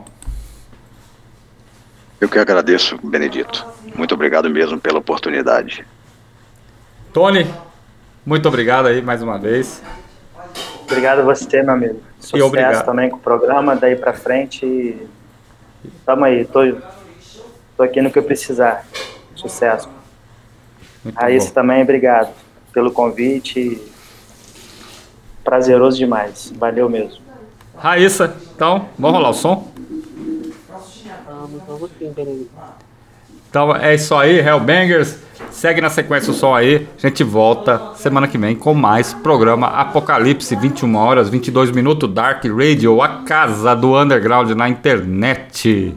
Eu que agradeço, Benedito. Muito obrigado mesmo pela oportunidade. Tony, muito obrigado aí mais uma vez. Obrigado a você, meu amigo. Sucesso obrigado também com o programa, daí pra frente. Tamo aí, tô aqui no que eu precisar. Sucesso. Muito Raíssa bom. também, obrigado pelo convite. Prazeroso demais. Valeu mesmo. Raíssa, então, vamos rolar o som? Vamos sim, Benedito. Então é isso aí, Hellbangers. Segue na sequência o som aí. A gente volta semana que vem com mais programa Apocalipse, 21 horas, 22 minutos, Dark Radio, a casa do underground na internet.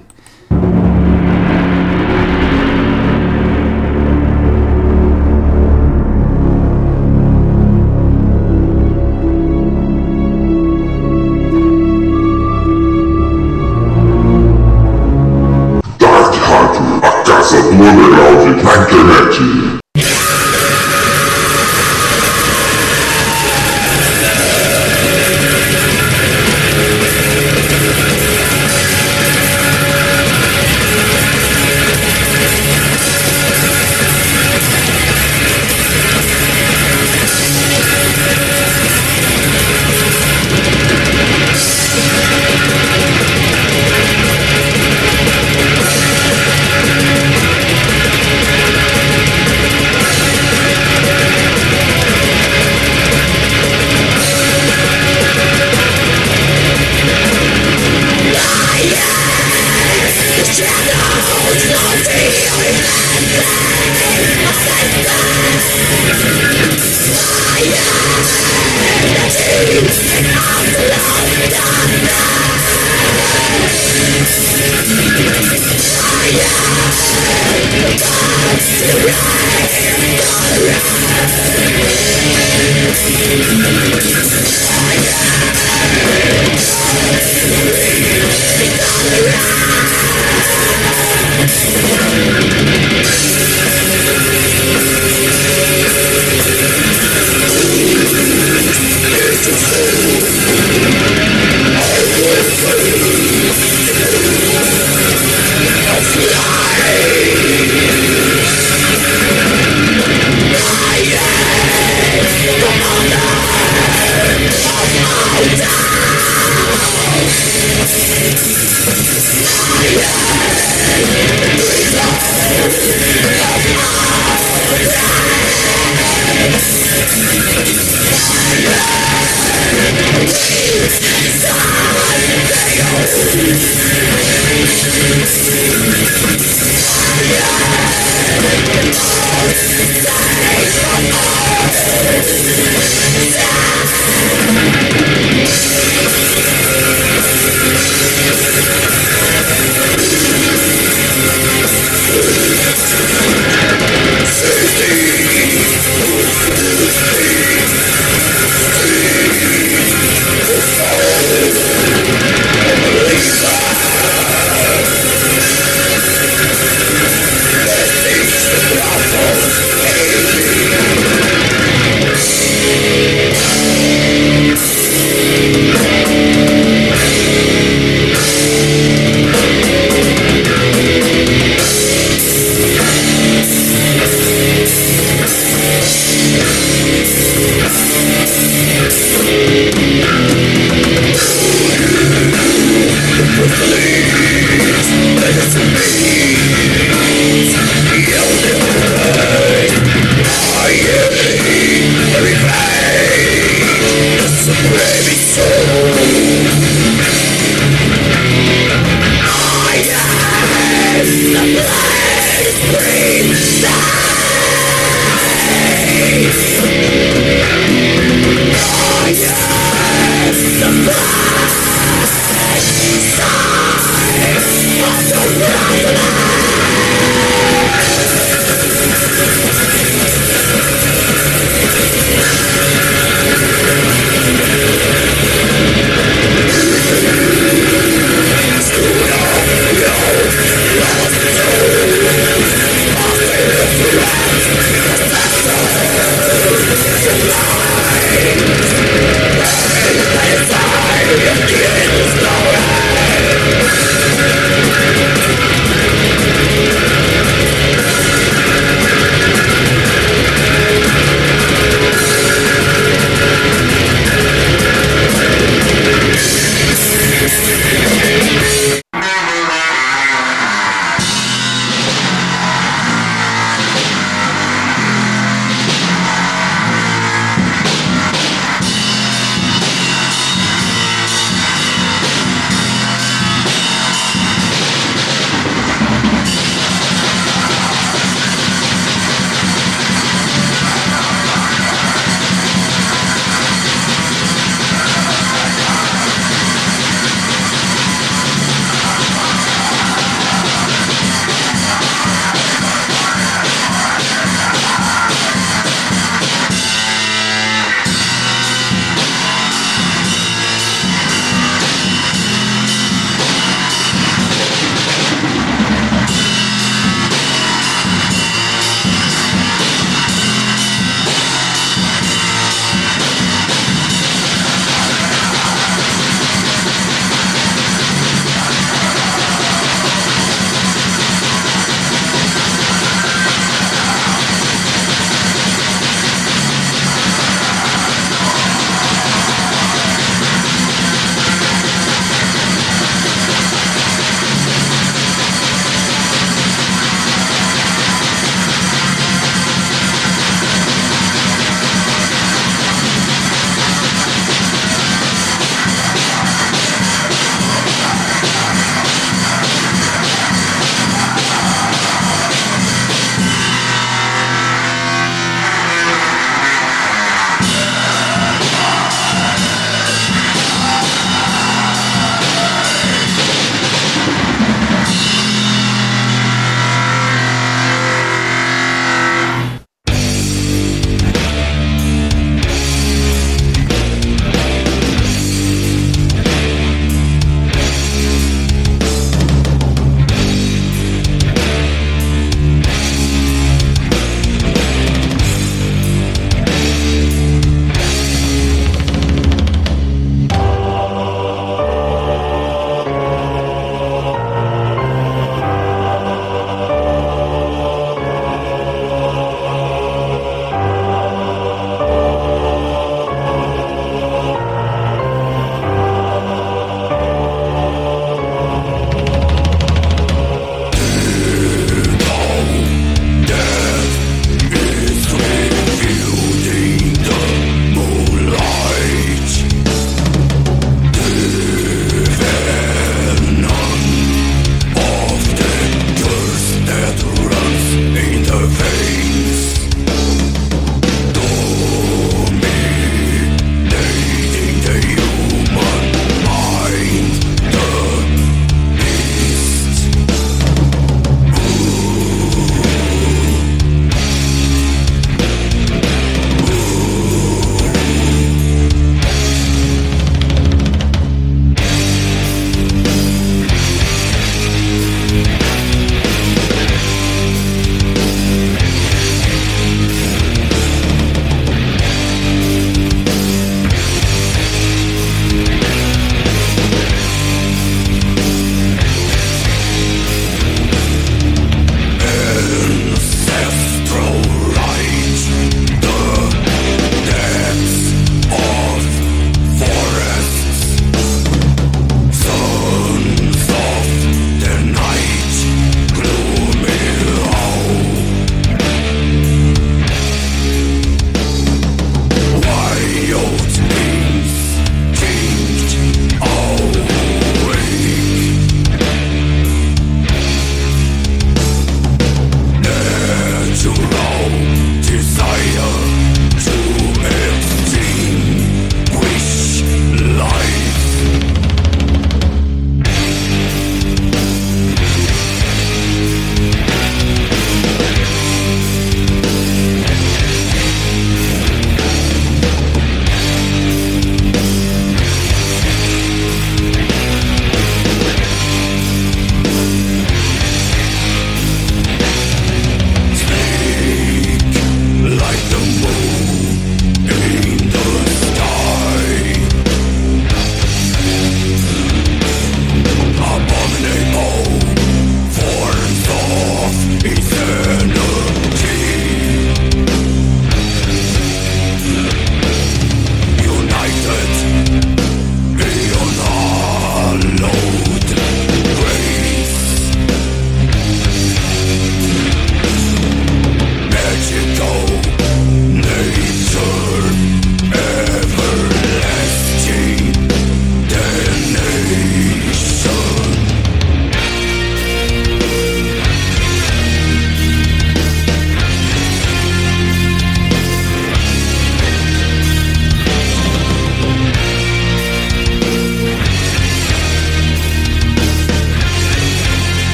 Dark Radio, a casa do underground na internet.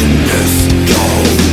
Estou